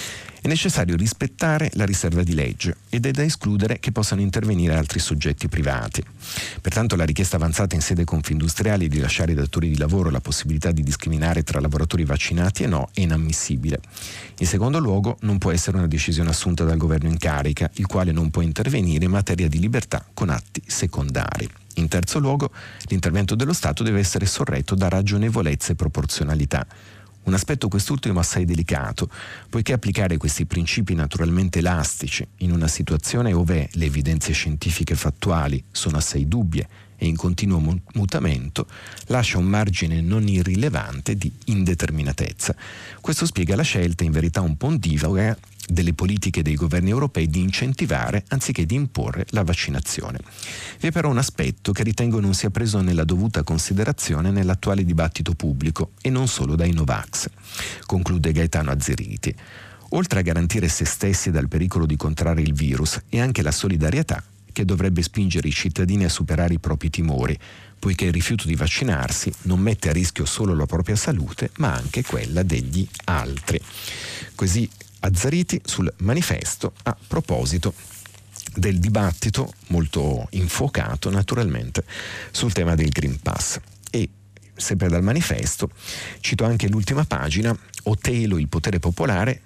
È necessario rispettare la riserva di legge ed è da escludere che possano intervenire altri soggetti privati. Pertanto la richiesta avanzata in sede Confindustriali di lasciare ai datori di lavoro la possibilità di discriminare tra lavoratori vaccinati e no è inammissibile. In secondo luogo, non può essere una decisione assunta dal governo in carica, il quale non può intervenire in materia di libertà con atti secondari. In terzo luogo, l'intervento dello Stato deve essere sorretto da ragionevolezza e proporzionalità. Un aspetto quest'ultimo assai delicato, poiché applicare questi principi naturalmente elastici in una situazione ove le evidenze scientifiche fattuali sono assai dubbie e in continuo mutamento lascia un margine non irrilevante di indeterminatezza. Questo spiega la scelta, in verità un po' ondivaga, delle politiche dei governi europei di incentivare anziché di imporre la vaccinazione. Vi è però un aspetto che ritengo non sia preso nella dovuta considerazione nell'attuale dibattito pubblico e non solo dai Novax, conclude Gaetano Azzariti. Oltre a garantire se stessi dal pericolo di contrarre il virus, è anche la solidarietà che dovrebbe spingere i cittadini a superare i propri timori, poiché il rifiuto di vaccinarsi non mette a rischio solo la propria salute, ma anche quella degli altri. Così Azzariti sul Manifesto a proposito del dibattito molto infuocato naturalmente sul tema del Green Pass. E sempre dal Manifesto cito anche l'ultima pagina: Otelo, il potere popolare,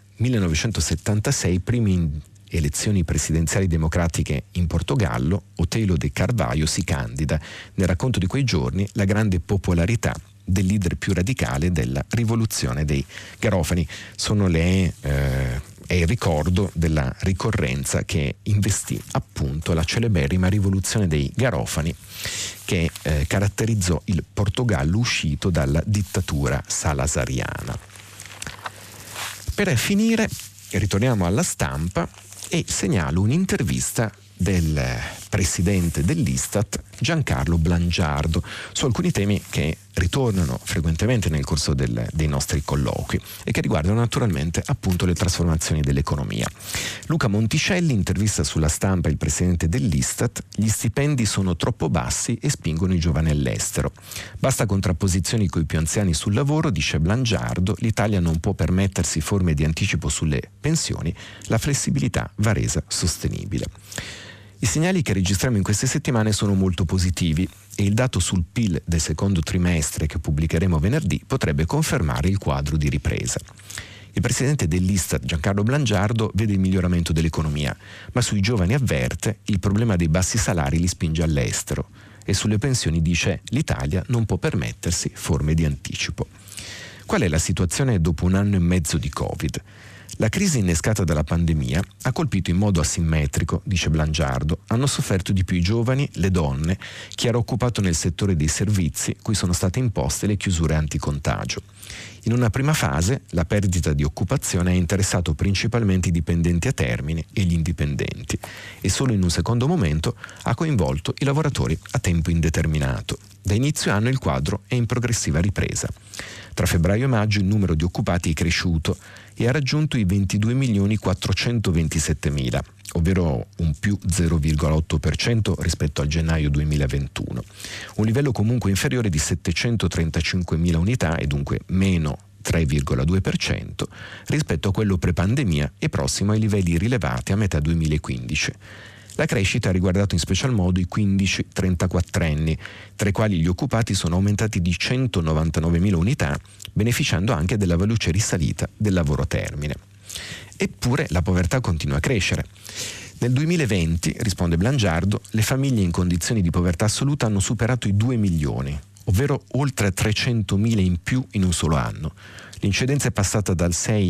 1976, primi elezioni presidenziali democratiche in Portogallo. Otelo de Carvalho si candida. Nel racconto di quei giorni la grande popolarità del leader più radicale della rivoluzione dei garofani. È il ricordo della ricorrenza che investì appunto la celeberrima rivoluzione dei garofani che caratterizzò il Portogallo uscito dalla dittatura salazariana. Per finire ritorniamo alla Stampa e segnalo un'intervista del presidente dell'Istat Giancarlo Blangiardo su alcuni temi che ritornano frequentemente nel corso dei nostri colloqui e che riguardano naturalmente appunto le trasformazioni dell'economia. Luca Monticelli intervista sulla Stampa il presidente dell'Istat: gli stipendi sono troppo bassi e spingono i giovani all'estero. Basta contrapposizioni coi più anziani sul lavoro, dice Blangiardo, l'Italia non può permettersi forme di anticipo sulle pensioni, la flessibilità va resa sostenibile. I segnali che registriamo in queste settimane sono molto positivi e il dato sul PIL del secondo trimestre che pubblicheremo venerdì potrebbe confermare il quadro di ripresa. Il presidente dell'Istat Giancarlo Blangiardo vede il miglioramento dell'economia, ma sui giovani avverte il problema dei bassi salari li spinge all'estero e sulle pensioni dice l'Italia non può permettersi forme di anticipo. Qual è la situazione dopo un anno e mezzo di Covid? La crisi innescata dalla pandemia ha colpito in modo asimmetrico, dice Blangiardo. Hanno sofferto di più i giovani, le donne, chi era occupato nel settore dei servizi, cui sono state imposte le chiusure anticontagio. In una prima fase, la perdita di occupazione ha interessato principalmente i dipendenti a termine e gli indipendenti e solo in un secondo momento ha coinvolto i lavoratori a tempo indeterminato. Da inizio anno il quadro è in progressiva ripresa. Tra febbraio e maggio il numero di occupati è cresciuto e ha raggiunto i 22.427.000, ovvero un più 0,8% rispetto al gennaio 2021. Un livello comunque inferiore di 735.000 unità e dunque meno 3,2%, rispetto a quello pre-pandemia e prossimo ai livelli rilevati a metà 2015. La crescita ha riguardato in special modo i 15-34enni, tra i quali gli occupati sono aumentati di 199.000 unità, beneficiando anche della veloce risalita del lavoro a termine. Eppure la povertà continua a crescere. Nel 2020, risponde Blangiardo, le famiglie in condizioni di povertà assoluta hanno superato i 2 milioni, ovvero oltre 300.000 in più in un solo anno. L'incidenza è passata dal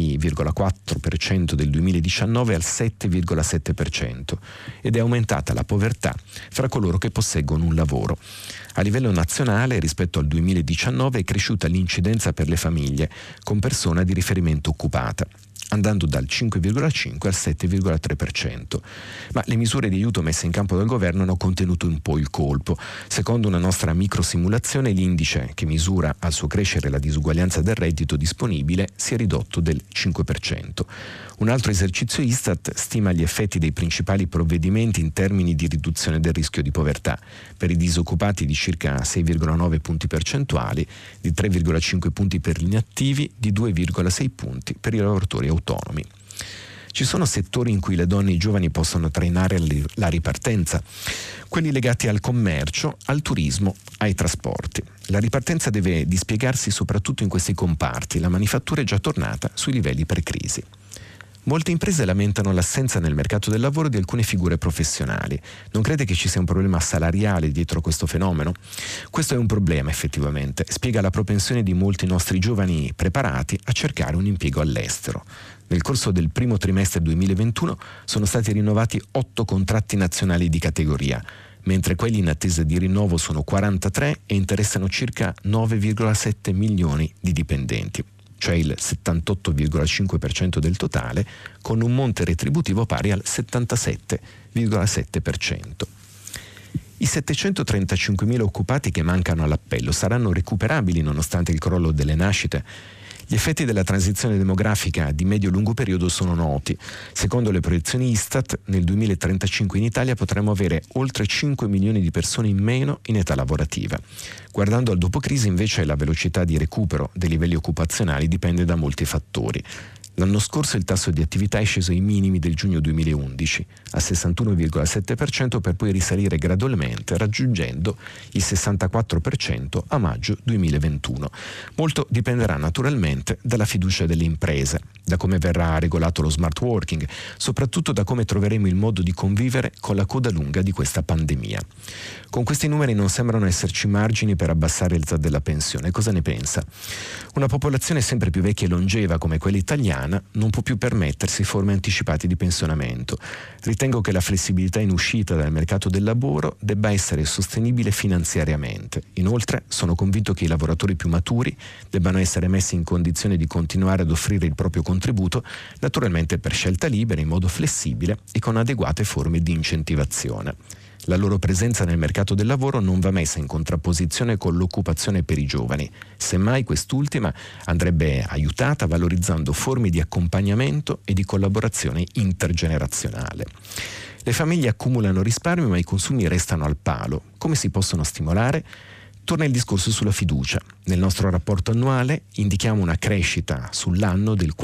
6,4% del 2019 al 7,7% ed è aumentata la povertà fra coloro che posseggono un lavoro. A livello nazionale, rispetto al 2019, è cresciuta l'incidenza per le famiglie con persona di riferimento occupata, andando dal 5,5 al 7,3%. Ma le misure di aiuto messe in campo dal governo hanno contenuto un po' il colpo. Secondo una nostra microsimulazione, l'indice che misura al suo crescere la disuguaglianza del reddito disponibile si è ridotto del 5%. Un altro esercizio Istat stima gli effetti dei principali provvedimenti in termini di riduzione del rischio di povertà, per i disoccupati di circa 6,9 punti percentuali, di 3,5 punti per gli inattivi, di 2,6 punti per i lavoratori autonomi. Ci sono settori in cui le donne e i giovani possono trainare la ripartenza, quelli legati al commercio, al turismo, ai trasporti. La ripartenza deve dispiegarsi soprattutto in questi comparti, la manifattura è già tornata sui livelli pre-crisi. Molte imprese lamentano l'assenza nel mercato del lavoro di alcune figure professionali. Non crede che ci sia un problema salariale dietro questo fenomeno? Questo è un problema effettivamente, spiega la propensione di molti nostri giovani preparati a cercare un impiego all'estero. Nel corso del primo trimestre 2021 sono stati rinnovati 8 contratti nazionali di categoria, mentre quelli in attesa di rinnovo sono 43 e interessano circa 9,7 milioni di dipendenti, cioè il 78,5% del totale, con un monte retributivo pari al 77,7%. I 735.000 occupati che mancano all'appello saranno recuperabili nonostante il crollo delle nascite? Gli effetti della transizione demografica di medio-lungo periodo sono noti. Secondo le proiezioni Istat, nel 2035 in Italia potremo avere oltre 5 milioni di persone in meno in età lavorativa. Guardando al dopo-crisi, invece, la velocità di recupero dei livelli occupazionali dipende da molti fattori. L'anno scorso il tasso di attività è sceso ai minimi del giugno 2011, al 61,7%, per poi risalire gradualmente raggiungendo il 64% a maggio 2021. Molto dipenderà naturalmente dalla fiducia delle imprese, da come verrà regolato lo smart working, soprattutto da come troveremo il modo di convivere con la coda lunga di questa pandemia. Con questi numeri non sembrano esserci margini per abbassare l'età della pensione. Cosa ne pensa? Una popolazione sempre più vecchia e longeva come quella italiana non può più permettersi forme anticipate di pensionamento. Ritengo che la flessibilità in uscita dal mercato del lavoro debba essere sostenibile finanziariamente. Inoltre, sono convinto che i lavoratori più maturi debbano essere messi in condizione di continuare ad offrire il proprio contributo, naturalmente per scelta libera, in modo flessibile e con adeguate forme di incentivazione. La loro presenza nel mercato del lavoro non va messa in contrapposizione con l'occupazione per i giovani. Semmai quest'ultima andrebbe aiutata valorizzando forme di accompagnamento e di collaborazione intergenerazionale. Le famiglie accumulano risparmio, ma i consumi restano al palo. Come si possono stimolare? Torna il discorso sulla fiducia. Nel nostro rapporto annuale indichiamo una crescita sull'anno del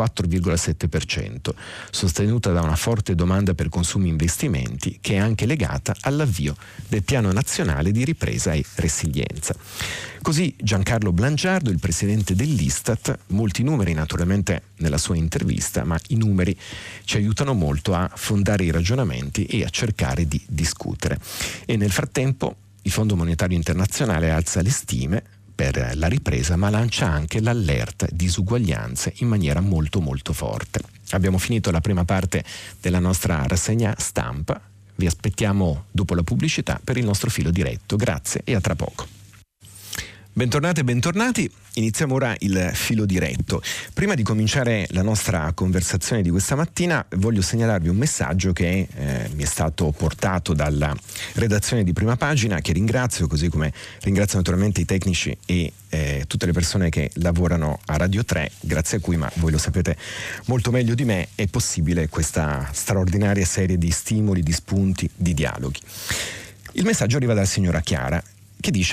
4,7%, sostenuta da una forte domanda per consumi e investimenti, che è anche legata all'avvio del Piano Nazionale di Ripresa e Resilienza. Così Giancarlo Blangiardo, il presidente dell'Istat, molti numeri naturalmente nella sua intervista, ma i numeri ci aiutano molto a fondare i ragionamenti e a cercare di discutere. E nel frattempo il Fondo Monetario Internazionale alza le stime per la ripresa, ma lancia anche l'allerta disuguaglianze in maniera molto molto forte. Abbiamo finito la prima parte della nostra rassegna stampa. Vi aspettiamo dopo la pubblicità per il nostro filo diretto. Grazie e a tra poco. Bentornate e bentornati, iniziamo ora il filo diretto. Prima di cominciare la nostra conversazione di questa mattina voglio segnalarvi un messaggio che mi è stato portato dalla redazione di Prima Pagina, che ringrazio, così come ringrazio naturalmente i tecnici e tutte le persone che lavorano a Radio 3, grazie a cui, ma voi lo sapete molto meglio di me, è possibile questa straordinaria serie di stimoli, di spunti, di dialoghi. Il messaggio arriva dalla signora Chiara, che dice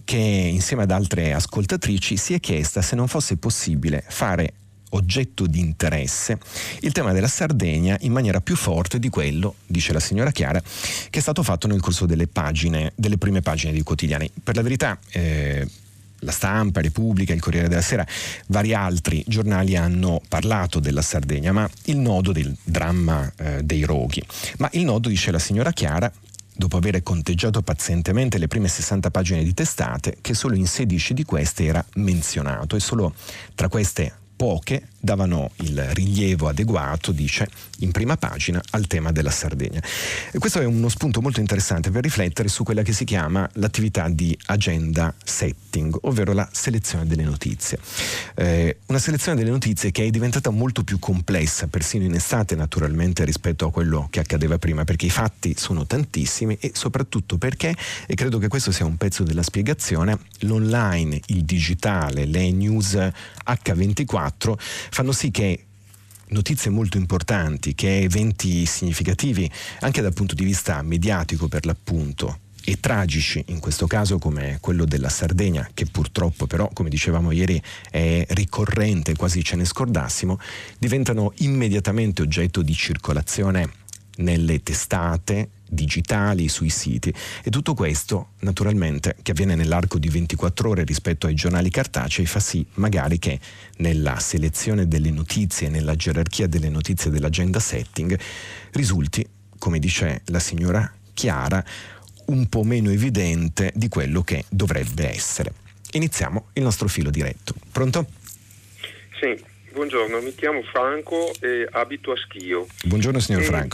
che insieme ad altre ascoltatrici si è chiesta se non fosse possibile fare oggetto di interesse il tema della Sardegna in maniera più forte di quello, dice la signora Chiara, che è stato fatto nel corso delle prime pagine dei quotidiani. Per la verità La Stampa, Repubblica, il Corriere della Sera, vari altri giornali hanno parlato della Sardegna, ma il nodo del dramma dei roghi. Ma il nodo, dice la signora Chiara, dopo aver conteggiato pazientemente le prime 60 pagine di testate, che solo in 16 di queste era menzionato e solo tra queste poche davano il rilievo adeguato, dice, in prima pagina al tema della Sardegna. E questo è uno spunto molto interessante per riflettere su quella che si chiama l'attività di agenda setting, ovvero la selezione delle notizie. Una selezione delle notizie che è diventata molto più complessa, persino in estate naturalmente, rispetto a quello che accadeva prima, perché i fatti sono tantissimi e soprattutto perché, e credo che questo sia un pezzo della spiegazione, l'online, il digitale, le news H24 fanno sì che notizie molto importanti, che eventi significativi anche dal punto di vista mediatico per l'appunto e tragici in questo caso come quello della Sardegna, che purtroppo però, come dicevamo ieri, è ricorrente, quasi ce ne scordassimo, diventano immediatamente oggetto di circolazione nelle testate digitali, sui siti, e tutto questo naturalmente, che avviene nell'arco di 24 ore rispetto ai giornali cartacei, fa sì magari che nella selezione delle notizie, nella gerarchia delle notizie dell'agenda setting, risulti, come dice la signora Chiara, un po' meno evidente di quello che dovrebbe essere. Iniziamo il nostro filo diretto. Pronto? Sì, buongiorno, mi chiamo Franco e abito a Schio. Buongiorno signor Franco.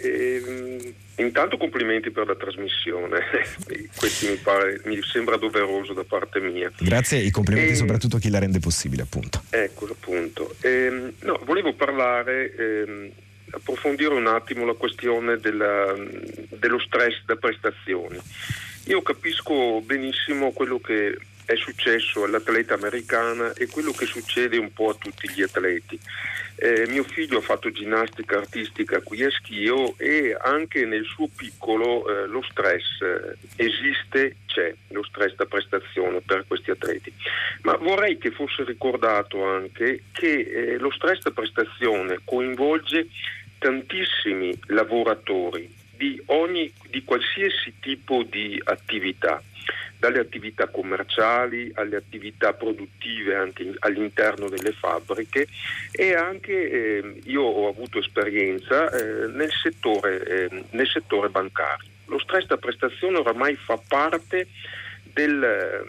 Intanto complimenti per la trasmissione, questo mi sembra doveroso da parte mia. Grazie, e i complimenti soprattutto a chi la rende possibile, appunto. Ecco, appunto. No, volevo parlare, approfondire un attimo la questione dello stress da prestazioni. Io capisco benissimo quello che è successo all'atleta americana e quello che succede un po' a tutti gli atleti. Mio figlio ha fatto ginnastica artistica qui a Schio e anche nel suo piccolo lo stress esiste, c'è lo stress da prestazione per questi atleti. Ma vorrei che fosse ricordato anche che lo stress da prestazione coinvolge tantissimi lavoratori di qualsiasi tipo di attività, dalle attività commerciali alle attività produttive anche all'interno delle fabbriche, e anche io ho avuto esperienza nel settore bancario. Lo stress da prestazione oramai fa parte della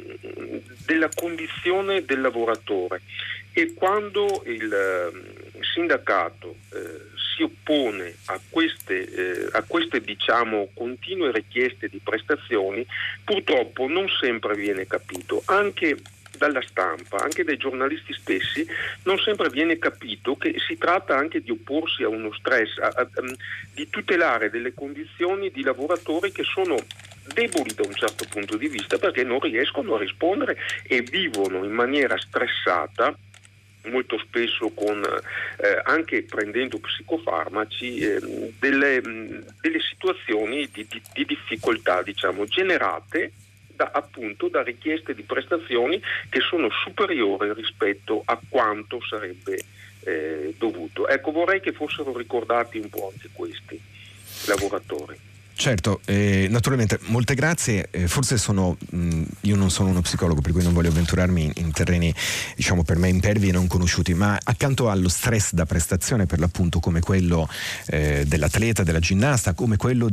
condizione del lavoratore, e quando il sindacato si oppone a queste diciamo continue richieste di prestazioni, purtroppo non sempre viene capito, anche dalla stampa, anche dai giornalisti stessi, non sempre viene capito che si tratta anche di opporsi a uno stress, di tutelare delle condizioni di lavoratori che sono deboli da un certo punto di vista, perché non riescono a rispondere e vivono in maniera stressata, molto spesso anche prendendo psicofarmaci, delle situazioni di difficoltà, diciamo, generate appunto da richieste di prestazioni che sono superiori rispetto a quanto sarebbe dovuto. Ecco, vorrei che fossero ricordati un po' anche questi lavoratori. Certo, naturalmente molte grazie. Forse io non sono uno psicologo, per cui non voglio avventurarmi in terreni, diciamo, per me impervi e non conosciuti, ma accanto allo stress da prestazione, per l'appunto, come quello dell'atleta, della ginnasta, come quello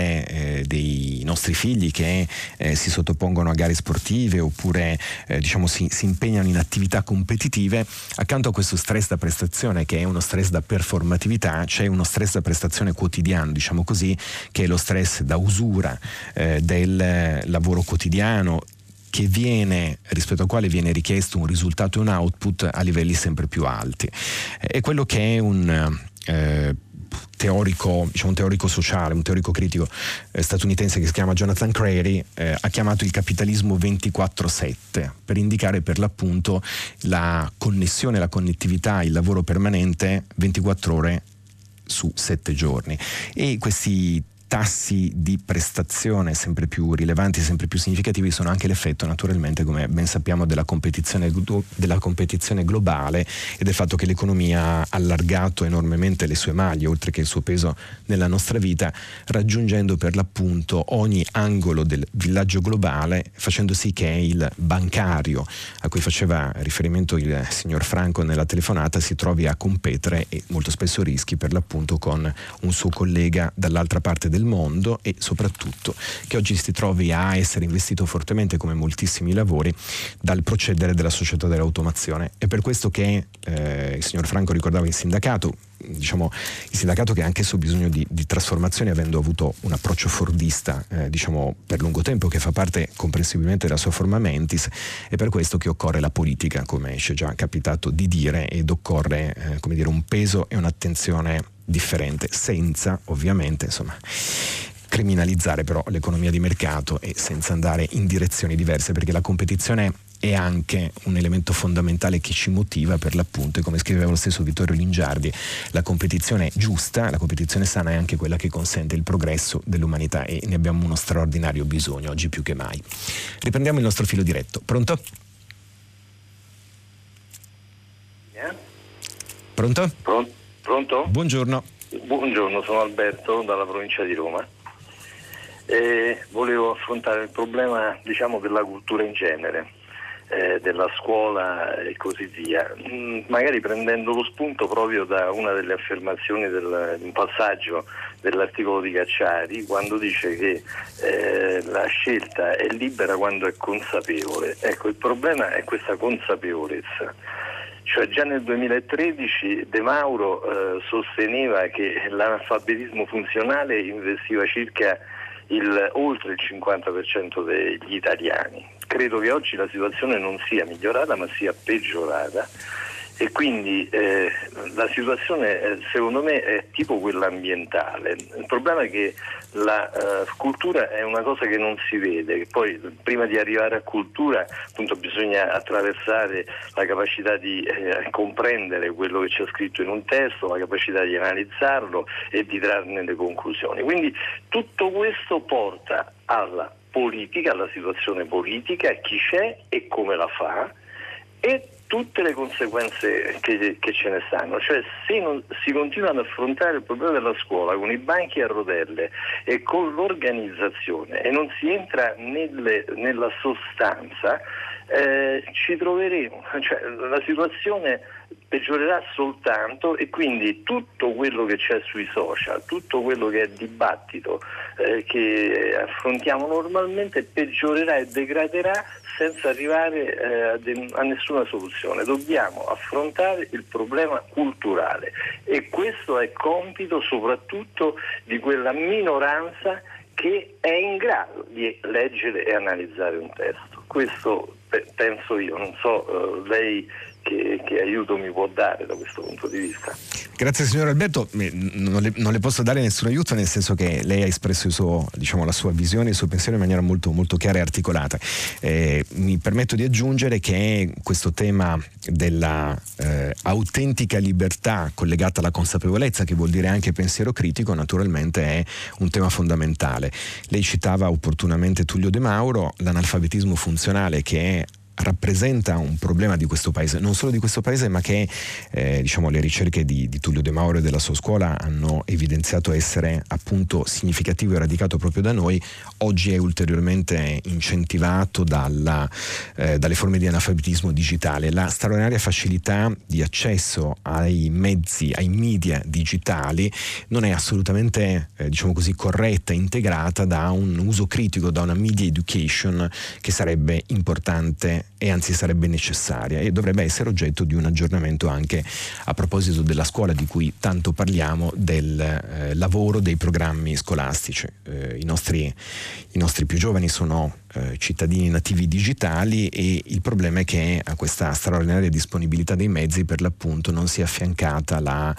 dei nostri figli che si sottopongono a gare sportive oppure diciamo si impegnano in attività competitive, accanto a questo stress da prestazione, che è uno stress da performatività, c'è uno stress da prestazione quotidiano, diciamo così, che è lo stress da usura del lavoro quotidiano, rispetto al quale viene richiesto un risultato e un output a livelli sempre più alti. È quello che è un teorico sociale, un teorico critico statunitense che si chiama Jonathan Crary, ha chiamato il capitalismo 24/7 per indicare per l'appunto la connessione, la connettività, il lavoro permanente 24 ore su 7 giorni. E questi tassi di prestazione sempre più rilevanti, sempre più significativi, sono anche l'effetto, naturalmente, come ben sappiamo, della competizione globale e del fatto che l'economia ha allargato enormemente le sue maglie, oltre che il suo peso nella nostra vita, raggiungendo per l'appunto ogni angolo del villaggio globale, facendo sì che il bancario a cui faceva riferimento il signor Franco nella telefonata si trovi a competere, e molto spesso rischi, per l'appunto, con un suo collega dall'altra parte del mondo, e soprattutto che oggi si trovi a essere investito fortemente, come moltissimi lavori, dal procedere della società dell'automazione. È per questo che il signor Franco ricordava il sindacato che ha anche bisogno di trasformazione, avendo avuto un approccio fordista per lungo tempo, che fa parte comprensibilmente della sua forma mentis. È per questo che occorre la politica, come ci è già capitato di dire, ed occorre un peso e un'attenzione differente, senza ovviamente criminalizzare però l'economia di mercato, e senza andare in direzioni diverse, perché la competizione è anche un elemento fondamentale che ci motiva, per l'appunto, e come scriveva lo stesso Vittorio Lingiardi, la competizione giusta, la competizione sana è anche quella che consente il progresso dell'umanità, e ne abbiamo uno straordinario bisogno oggi più che mai. Riprendiamo il nostro filo diretto. Pronto? Pronto? Pronto? Buongiorno. Buongiorno, sono Alberto dalla provincia di Roma. Volevo affrontare il problema della cultura in genere, della scuola e così via, magari prendendo lo spunto proprio da una delle affermazioni un passaggio dell'articolo di Cacciari, quando dice che la scelta è libera quando è consapevole. Ecco, il problema è questa consapevolezza. Cioè, già nel 2013 De Mauro sosteneva che l'analfabetismo funzionale investiva circa oltre il 50% degli italiani. Credo che oggi la situazione non sia migliorata, ma sia peggiorata, e quindi la situazione secondo me è tipo quella ambientale. Il problema è che la cultura è una cosa che non si vede, che poi prima di arrivare a cultura appunto bisogna attraversare la capacità di comprendere quello che c'è scritto in un testo, la capacità di analizzarlo e di trarne le conclusioni. Quindi tutto questo porta alla politica, alla situazione politica, a chi c'è e come la fa, e tutte le conseguenze che ce ne stanno. Cioè, se non si continua ad affrontare il problema della scuola con i banchi a rotelle e con l'organizzazione, e non si entra nella sostanza, ci troveremo, cioè la situazione peggiorerà soltanto, e quindi tutto quello che c'è sui social, tutto quello che è dibattito che affrontiamo normalmente, peggiorerà e degraderà senza arrivare a nessuna soluzione. Dobbiamo affrontare il problema culturale, e questo è compito soprattutto di quella minoranza che è in grado di leggere e analizzare un testo. Questo penso io, non so lei che aiuto mi può dare da questo punto di vista. Grazie signor Alberto, non le posso dare nessun aiuto, nel senso che lei ha espresso la sua visione, il suo pensiero in maniera molto, molto chiara e articolata. Mi permetto di aggiungere che questo tema della autentica libertà collegata alla consapevolezza, che vuol dire anche pensiero critico, naturalmente è un tema fondamentale. Lei citava opportunamente Tullio De Mauro, l'analfabetismo funzionale, che rappresenta un problema di questo paese, non solo di questo paese, ma che le ricerche di Tullio De Mauro e della sua scuola hanno evidenziato essere appunto significativo e radicato proprio da noi. Oggi è ulteriormente incentivato dalle forme di analfabetismo digitale. La straordinaria facilità di accesso ai mezzi, ai media digitali non è assolutamente corretta, integrata da un uso critico, da una media education che sarebbe importante e anzi sarebbe necessaria, e dovrebbe essere oggetto di un aggiornamento anche a proposito della scuola di cui tanto parliamo, del lavoro dei programmi scolastici. I nostri più giovani sono cittadini nativi digitali, e il problema è che a questa straordinaria disponibilità dei mezzi per l'appunto non si è affiancata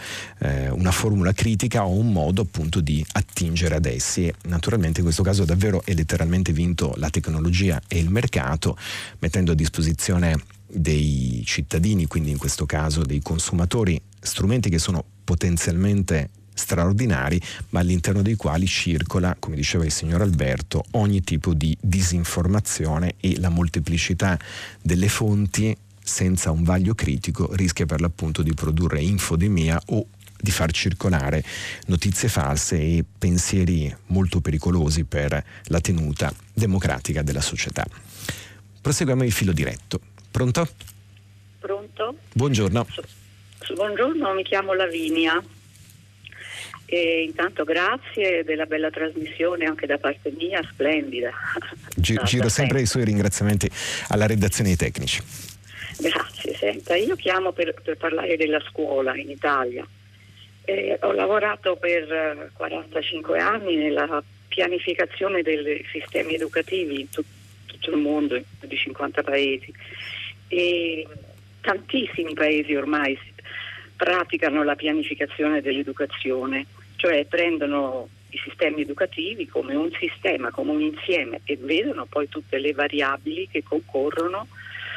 una formula critica o un modo appunto di attingere ad essi, e naturalmente in questo caso davvero è letteralmente vinto la tecnologia e il mercato, mettendo a disposizione dei cittadini, quindi in questo caso dei consumatori, strumenti che sono potenzialmente straordinari, ma all'interno dei quali circola, come diceva il signor Alberto, ogni tipo di disinformazione, e la molteplicità delle fonti senza un vaglio critico rischia per l'appunto di produrre infodemia o di far circolare notizie false e pensieri molto pericolosi per la tenuta democratica della società. Proseguiamo il filo diretto. Pronto? Pronto? Buongiorno. Buongiorno, mi chiamo Lavinia. E intanto grazie della bella trasmissione anche da parte mia, splendida. Giro sempre i suoi ringraziamenti alla redazione e ai tecnici. Grazie, senta, io chiamo per parlare della scuola in Italia. Ho lavorato per 45 anni nella pianificazione dei sistemi educativi in tutto il mondo, in più di 50 paesi, e tantissimi paesi ormai praticano la pianificazione dell'educazione, cioè prendono i sistemi educativi come un sistema, come un insieme, e vedono poi tutte le variabili che concorrono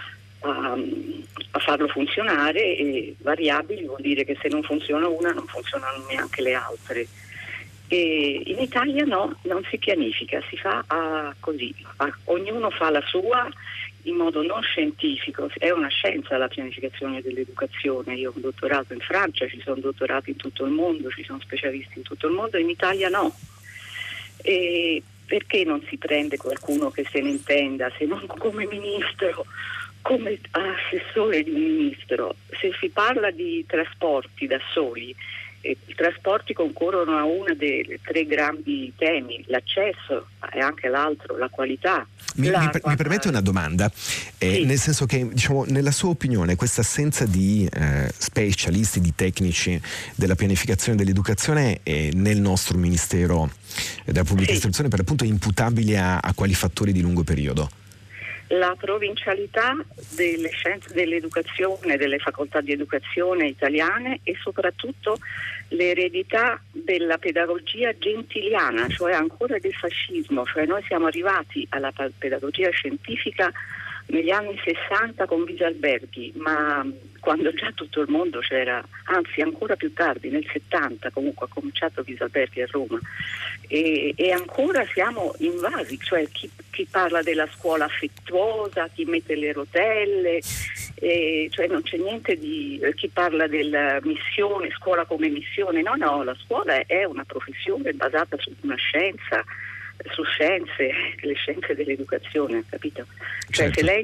a farlo funzionare, e variabili vuol dire che se non funziona una non funzionano neanche le altre. E in Italia no, non si pianifica, si fa così, ognuno fa la sua in modo non scientifico. È una scienza la pianificazione dell'educazione. Io ho un dottorato in Francia, ci sono dottorati in tutto il mondo, ci sono specialisti in tutto il mondo, in Italia no. E perché non si prende qualcuno che se ne intenda, se non come ministro, come assessore di un ministro? Se si parla di trasporti da soli, i trasporti concorrono a uno dei 3 grandi temi, l'accesso e anche l'altro, la qualità. Mi permette una domanda? Sì. Nel senso che, diciamo, nella sua opinione questa assenza di specialisti, di tecnici della pianificazione dell'educazione nel nostro Ministero della Pubblica Istruzione per l'appunto è imputabile a quali fattori di lungo periodo? La provincialità delle scienze dell'educazione, delle facoltà di educazione italiane, e soprattutto l'eredità della pedagogia gentiliana, cioè ancora del fascismo. Cioè noi siamo arrivati alla pedagogia scientifica negli anni 60 con Wieselberghi, ma quando già tutto il mondo c'era, anzi ancora più tardi, nel 70 comunque ha cominciato Wieselberghi a Roma, e ancora siamo invasi, cioè chi parla della scuola affettuosa, chi mette le rotelle, cioè non c'è niente di chi parla della missione, scuola come missione. No, la scuola è una professione basata su una scienza, su scienze, le scienze dell'educazione, capito? Cioè certo. Se lei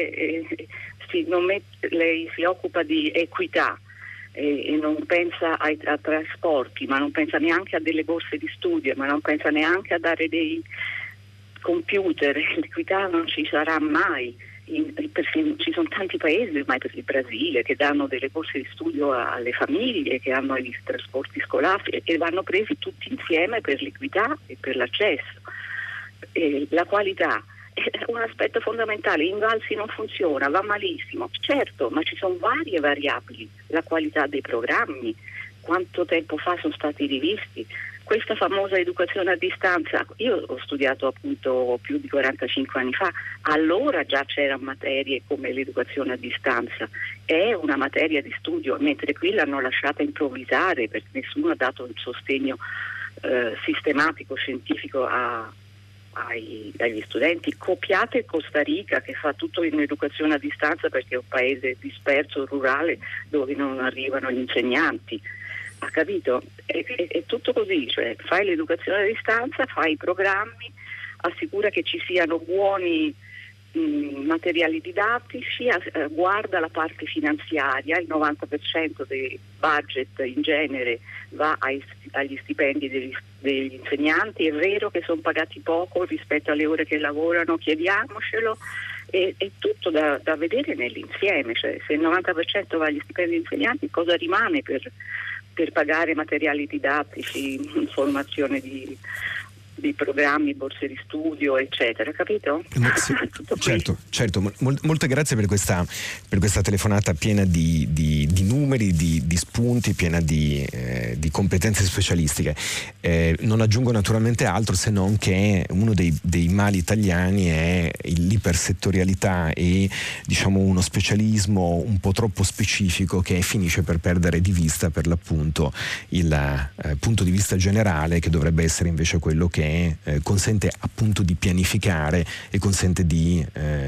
lei si occupa di equità e non pensa a trasporti, ma non pensa neanche a delle borse di studio, ma non pensa neanche a dare dei computer, l'equità non ci sarà mai. Ci sono tanti paesi, ormai per il Brasile, che danno delle borse di studio alle famiglie, che hanno i trasporti scolastici, e vanno presi tutti insieme per l'equità e per l'accesso. La qualità è un aspetto fondamentale. Invalsi non funziona, va malissimo, certo, ma ci sono varie variabili. La qualità dei programmi, quanto tempo fa sono stati rivisti. Questa famosa educazione a distanza, io ho studiato appunto più di 45 anni fa, allora già c'erano materie come l'educazione a distanza, è una materia di studio, mentre qui l'hanno lasciata improvvisare perché nessuno ha dato il sostegno sistematico, scientifico agli studenti. Copiate Costa Rica, che fa tutto in educazione a distanza perché è un paese disperso, rurale, dove non arrivano gli insegnanti. Ha capito? È tutto così, cioè fai l'educazione a distanza, fai i programmi, assicura che ci siano buoni materiali didattici, guarda la parte finanziaria, il 90% dei budget in genere va agli stipendi degli insegnanti. È vero che sono pagati poco rispetto alle ore che lavorano, chiediamocelo. È tutto da vedere nell'insieme, cioè se il 90% va agli stipendi degli insegnanti, cosa rimane per pagare materiali didattici, formazione di programmi, borse di studio, eccetera, capito? Sì, certo. Molte grazie per questa telefonata piena di numeri, di spunti, piena di di competenze specialistiche. Non aggiungo naturalmente altro se non che uno dei mali italiani è l'ipersettorialità e diciamo uno specialismo un po' troppo specifico che finisce per perdere di vista per l'appunto il punto di vista generale, che dovrebbe essere invece quello che consente appunto di pianificare e consente di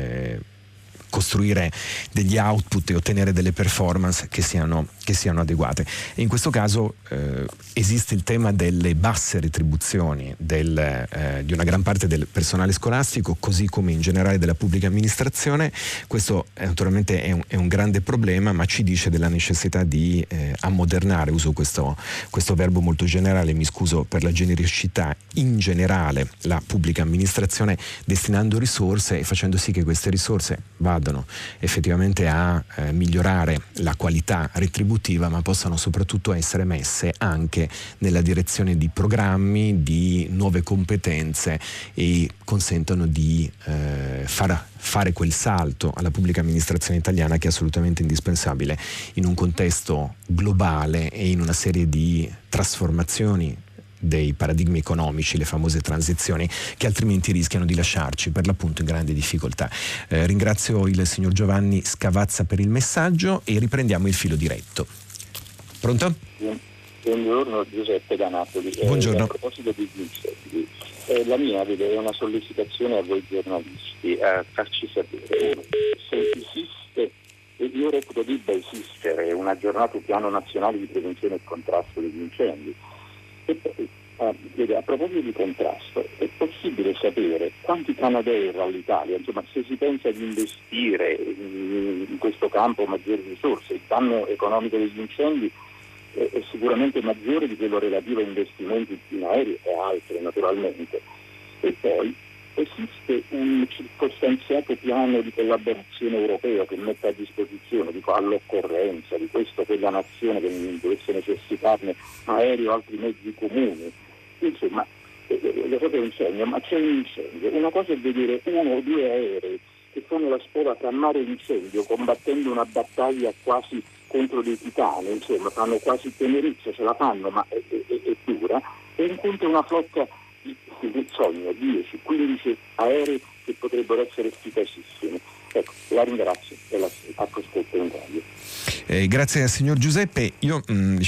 costruire degli output e ottenere delle performance che siano adeguate. E in questo caso esiste il tema delle basse retribuzioni di una gran parte del personale scolastico, così come in generale della pubblica amministrazione. Questo naturalmente è un grande problema, ma ci dice della necessità di ammodernare, uso questo verbo molto generale, mi scuso per la genericità, in generale la pubblica amministrazione, destinando risorse e facendo sì che queste risorse vadano effettivamente a migliorare la qualità retributiva, ma possano soprattutto essere messe anche nella direzione di programmi, di nuove competenze e consentano di fare quel salto alla pubblica amministrazione italiana che è assolutamente indispensabile in un contesto globale e in una serie di trasformazioni dei paradigmi economici, le famose transizioni, che altrimenti rischiano di lasciarci per l'appunto in grande difficoltà. Ringrazio il signor Giovanni Scavazza per il messaggio e riprendiamo il filo diretto. Pronto? Buongiorno, Giuseppe da Napoli. Buongiorno. A proposito di insetti, la mia è una sollecitazione a voi giornalisti a farci sapere se esiste, ed io reputo debba esistere, una giornata, un piano nazionale di prevenzione e contrasto degli incendi. E poi, a proposito di contrasto, è possibile sapere quanti Canadair all'Italia, insomma, se si pensa di investire in questo campo maggiori risorse, il danno economico degli incendi è sicuramente maggiore di quello relativo a investimenti in aerei e altre naturalmente. E poi esiste un circostanziato piano di collaborazione europeo che mette a disposizione, all'occorrenza di questo quella nazione che dovesse necessitarne aerei o altri mezzi comuni. Insomma, lo so che è un incendio, ma c'è un incendio. Una cosa è vedere uno o due aerei che fanno la spola tra mare e incendio, combattendo una battaglia quasi contro dei titani, insomma, fanno quasi tenerezza, ce la fanno, ma è dura, e incontra una flotta di sogno, 10, 15 aerei che potrebbero essere efficacissimi. Ecco, la ringrazio e la ascolto in radio. Grazie al signor Giuseppe. Io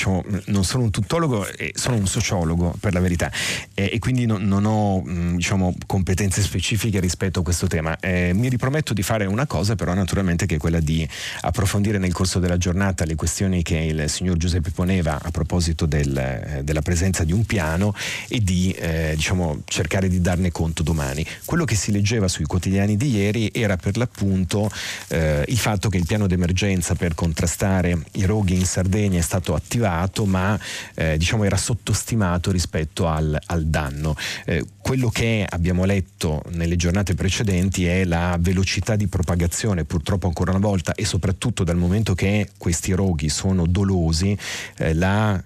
non sono un tuttologo, sono un sociologo per la verità, e quindi non ho competenze specifiche rispetto a questo tema. Mi riprometto di fare una cosa però, naturalmente, che è quella di approfondire nel corso della giornata le questioni che il signor Giuseppe poneva a proposito della presenza di un piano e di cercare di darne conto domani. Quello che si leggeva sui quotidiani di ieri era per l'appunto il fatto che il piano d'emergenza per contrastare i roghi in Sardegna è stato attivato, ma era sottostimato rispetto al danno. Quello che abbiamo letto nelle giornate precedenti è la velocità di propagazione, purtroppo ancora una volta, e soprattutto dal momento che questi roghi sono dolosi, la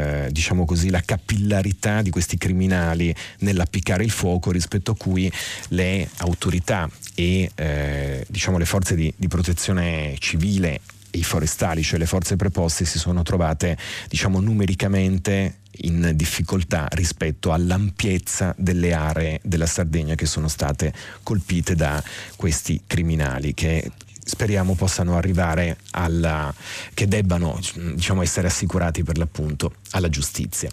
capillarità di questi criminali nell'appiccare il fuoco, rispetto a cui le autorità e le forze di protezione civile e i forestali, cioè le forze preposte, si sono trovate numericamente in difficoltà rispetto all'ampiezza delle aree della Sardegna che sono state colpite da questi criminali, che speriamo possano arrivare che debbano essere assicurati per l'appunto alla giustizia.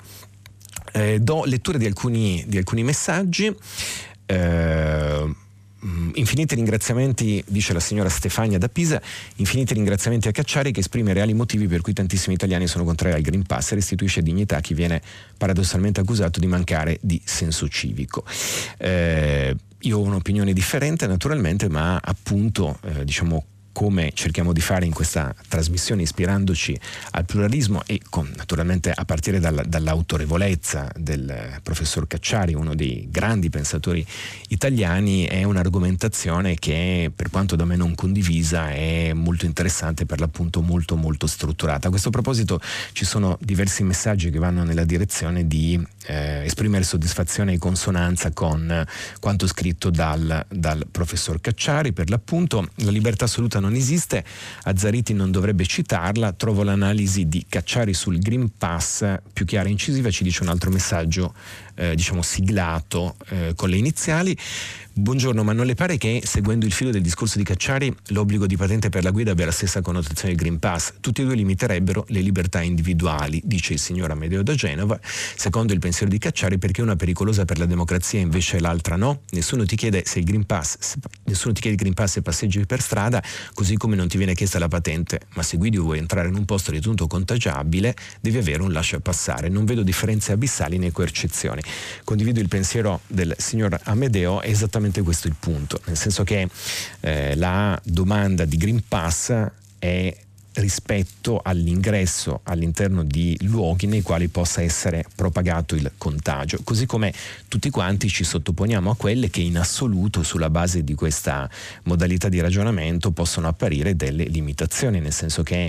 Do lettura di alcuni messaggi. Infiniti ringraziamenti, dice la signora Stefania da Pisa, infiniti ringraziamenti a Cacciari, che esprime reali motivi per cui tantissimi italiani sono contrari al Green Pass e restituisce dignità a chi viene paradossalmente accusato di mancare di senso civico. Io ho un'opinione differente naturalmente, ma appunto come cerchiamo di fare in questa trasmissione, ispirandoci al pluralismo e naturalmente a partire dall'autorevolezza del professor Cacciari, uno dei grandi pensatori italiani, è un'argomentazione che, per quanto da me non condivisa, è molto interessante, per l'appunto molto molto strutturata. A questo proposito ci sono diversi messaggi che vanno nella direzione di esprimere soddisfazione e consonanza con quanto scritto dal professor Cacciari. Per l'appunto, la libertà assoluta non esiste, Azzariti non dovrebbe citarla, trovo l'analisi di Cacciari sul Green Pass più chiara e incisiva, ci dice un altro messaggio siglato con le iniziali. Buongiorno, ma non le pare che, seguendo il filo del discorso di Cacciari, l'obbligo di patente per la guida abbia la stessa connotazione del Green Pass? Tutti e due limiterebbero le libertà individuali, dice il signor Amedeo da Genova. Secondo il pensiero di Cacciari, perché una è pericolosa per la democrazia e invece l'altra no? Nessuno ti chiede il Green Pass se passeggi per strada, così come non ti viene chiesta la patente, ma se guidi o vuoi entrare in un posto ritenuto contagiabile, devi avere un lascia passare. Non vedo differenze abissali né coercizioni. Condivido il pensiero del signor Amedeo, è esattamente questo il punto, nel senso che la domanda di Green Pass è rispetto all'ingresso all'interno di luoghi nei quali possa essere propagato il contagio, così come tutti quanti ci sottoponiamo a quelle che in assoluto, sulla base di questa modalità di ragionamento, possono apparire delle limitazioni, nel senso che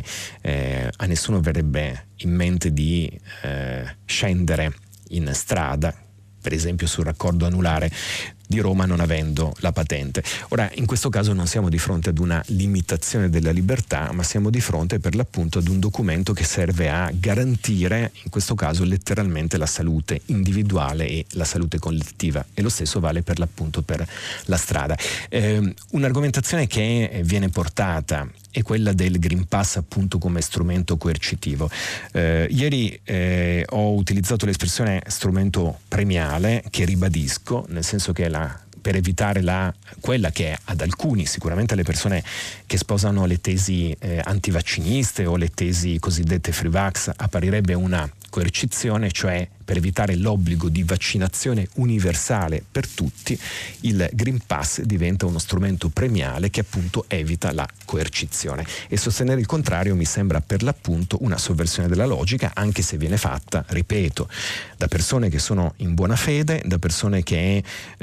a nessuno verrebbe in mente di scendere in strada, per esempio sul raccordo anulare di Roma, non avendo la patente. Ora, in questo caso non siamo di fronte ad una limitazione della libertà, ma siamo di fronte per l'appunto ad un documento che serve a garantire, in questo caso letteralmente, la salute individuale e la salute collettiva, e lo stesso vale per l'appunto per la strada. Un'argomentazione che viene portata è quella del Green Pass appunto come strumento coercitivo. Ieri ho utilizzato l'espressione strumento premiale, che ribadisco, nel senso che per evitare quella che ad alcuni, sicuramente alle persone che sposano le tesi antivacciniste o le tesi cosiddette free vax, apparirebbe una coercizione, cioè per evitare l'obbligo di vaccinazione universale per tutti, il Green Pass diventa uno strumento premiale che appunto evita la coercizione, e sostenere il contrario mi sembra per l'appunto una sovversione della logica, anche se viene fatta, ripeto, da persone che sono in buona fede, da persone che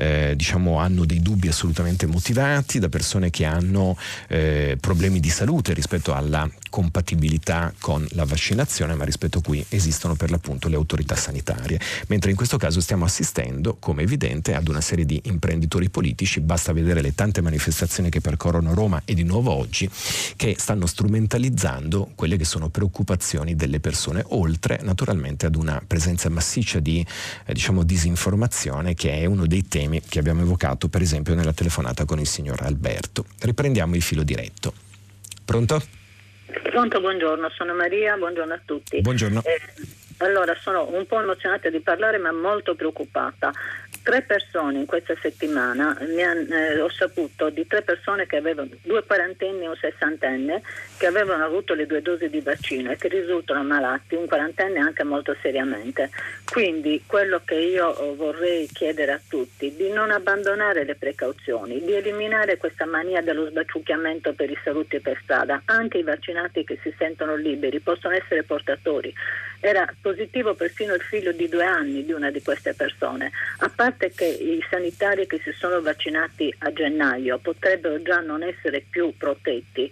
hanno dei dubbi assolutamente motivati, da persone che hanno problemi di salute rispetto alla compatibilità con la vaccinazione, ma rispetto a cui esistono per l'appunto le autorità sanitarie, mentre in questo caso stiamo assistendo, come è evidente, ad una serie di imprenditori politici, basta vedere le tante manifestazioni che percorrono Roma e di nuovo oggi, che stanno strumentalizzando quelle che sono preoccupazioni delle persone, oltre naturalmente ad una presenza massiccia di disinformazione, che è uno dei temi che abbiamo evocato per esempio nella telefonata con il signor Alberto. Riprendiamo il filo diretto. Pronto? Pronto, buongiorno, sono Maria, buongiorno a tutti. Buongiorno. Allora, sono un po' emozionata di parlare, ma molto preoccupata. 3 persone in questa settimana, ho saputo di 3 persone che avevano 2 quarantenni e un 60enne che avevano avuto le 2 dosi di vaccino e che risultano malati, un quarantenne anche molto seriamente. Quindi quello che io vorrei chiedere a tutti, di non abbandonare le precauzioni, di eliminare questa mania dello sbaciucchiamento per i saluti per strada. Anche i vaccinati che si sentono liberi possono essere portatori. Era positivo persino il figlio di 2 anni di una di queste persone. A parte che i sanitari che si sono vaccinati a gennaio potrebbero già non essere più protetti,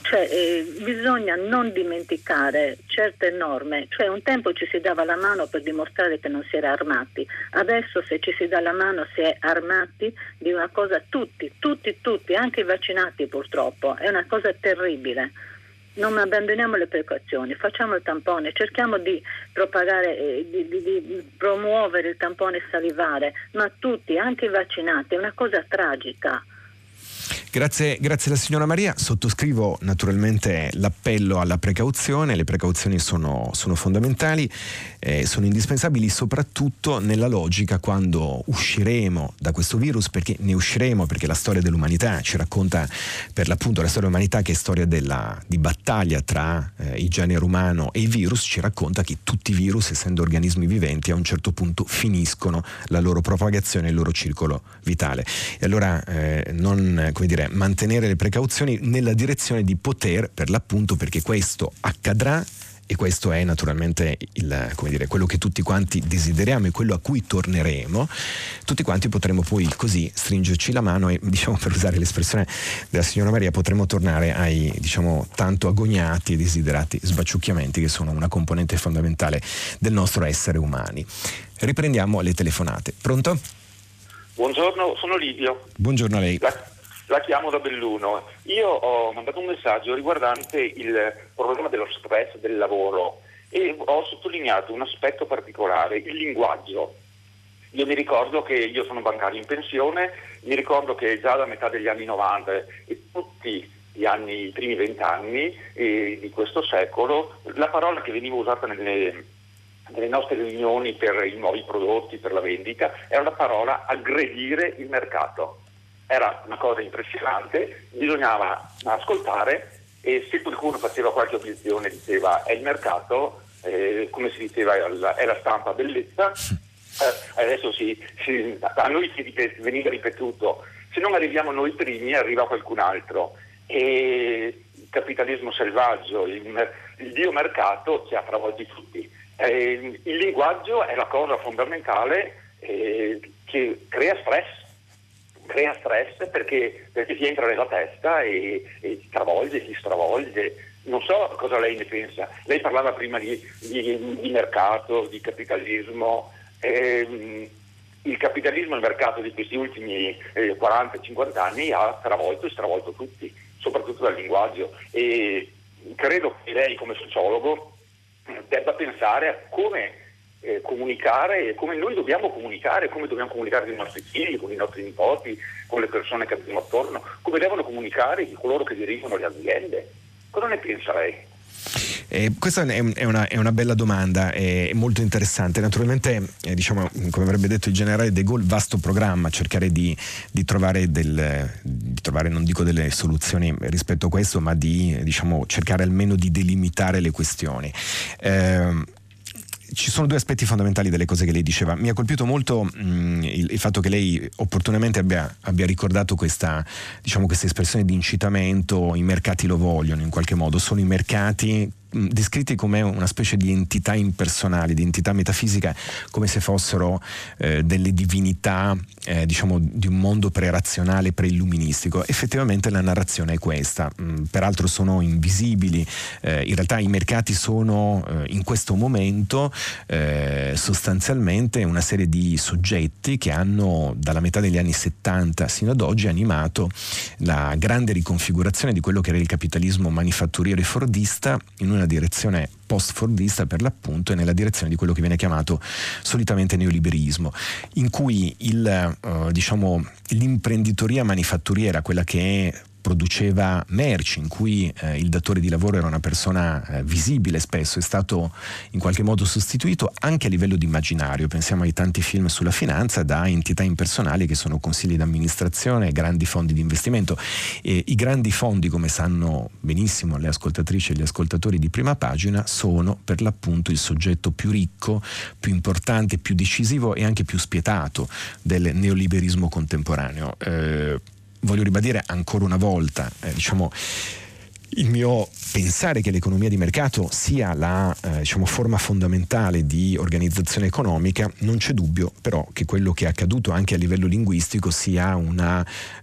bisogna non dimenticare certe norme. Un tempo ci si dava la mano per dimostrare che non si era armati, adesso se ci si dà la mano si è armati di una cosa, tutti, anche i vaccinati purtroppo, è una cosa terribile. Non abbandoniamo le precauzioni, facciamo il tampone, cerchiamo di propagare, di promuovere il tampone salivare, ma tutti, anche i vaccinati, è una cosa tragica. Grazie alla signora Maria. Sottoscrivo naturalmente l'appello alla precauzione. Le precauzioni sono fondamentali, sono indispensabili soprattutto nella logica quando usciremo da questo virus, perché ne usciremo, perché la storia dell'umanità ci racconta per l'appunto, la storia dell'umanità, che è storia di battaglia tra il genere umano e i virus, ci racconta che tutti i virus, essendo organismi viventi, a un certo punto finiscono la loro propagazione e il loro circolo vitale. E allora mantenere le precauzioni nella direzione di poter, per l'appunto, perché questo accadrà, e questo è naturalmente quello che tutti quanti desideriamo e quello a cui torneremo, tutti quanti potremo poi così stringerci la mano e, per usare l'espressione della signora Maria, potremo tornare ai tanto agognati e desiderati sbaciucchiamenti che sono una componente fondamentale del nostro essere umani. Riprendiamo le telefonate. Pronto? Buongiorno, sono Livio. Buongiorno a lei. La chiamo da Belluno. Io ho mandato un messaggio riguardante il problema dello stress del lavoro e ho sottolineato un aspetto particolare, il linguaggio. Io mi ricordo che io sono bancario in pensione, mi ricordo che già da metà degli anni 90 e tutti i primi 20 anni di questo secolo, la parola che veniva usata nelle nostre riunioni per i nuovi prodotti, per la vendita, era la parola aggredire il mercato. Era una cosa impressionante, bisognava ascoltare, e se qualcuno faceva qualche obiezione diceva è il mercato, come si diceva è la stampa bellezza. Adesso a noi veniva ripetuto, se non arriviamo noi primi arriva qualcun altro, e il capitalismo selvaggio, il dio mercato ci ha travolti tutti. Il linguaggio è la cosa fondamentale che crea stress perché ti entra nella testa e ti travolge, ti stravolge. Non so cosa lei ne pensa. Lei parlava prima di mercato, di capitalismo. Il capitalismo e il mercato di questi ultimi 40-50 anni ha travolto e stravolto tutti, soprattutto dal linguaggio, e credo che lei come sociologo debba pensare a come comunicare, come noi dobbiamo comunicare, come dobbiamo comunicare con i nostri figli, con i nostri nipoti, con le persone che abbiamo attorno, come devono comunicare coloro che dirigono le aziende. Cosa ne pensa lei? Questa è una bella domanda, è molto interessante. Naturalmente, diciamo, come avrebbe detto il generale De Gaulle, vasto programma, cercare di trovare non dico delle soluzioni rispetto a questo, ma di, diciamo, cercare almeno di delimitare le questioni. Ci sono due aspetti fondamentali delle cose che lei diceva. Mi ha colpito molto il fatto che lei opportunamente abbia ricordato questa espressione di incitamento: i mercati lo vogliono, in qualche modo. Sono i mercati descritti come una specie di entità impersonali, di entità metafisica, come se fossero delle divinità di un mondo pre-razionale, pre-illuministico. Effettivamente la narrazione è questa, peraltro sono invisibili. In realtà i mercati sono in questo momento sostanzialmente una serie di soggetti che hanno dalla metà degli anni 70 sino ad oggi animato la grande riconfigurazione di quello che era il capitalismo manifatturiero e fordista in una direzione post-fordista, per l'appunto, e nella direzione di quello che viene chiamato solitamente neoliberismo, in cui l'imprenditoria manifatturiera, quella che produceva merci, in cui il datore di lavoro era una persona visibile spesso, è stato in qualche modo sostituito anche a livello di immaginario. Pensiamo ai tanti film sulla finanza, da entità impersonali che sono consigli d'amministrazione, grandi fondi di investimento. E i grandi fondi, come sanno benissimo le ascoltatrici e gli ascoltatori di Prima Pagina, sono per l'appunto il soggetto più ricco, più importante, più decisivo e anche più spietato del neoliberismo contemporaneo. Voglio ribadire ancora una volta, il mio pensare che l'economia di mercato sia la forma fondamentale di organizzazione economica. Non c'è dubbio però che quello che è accaduto anche a livello linguistico sia una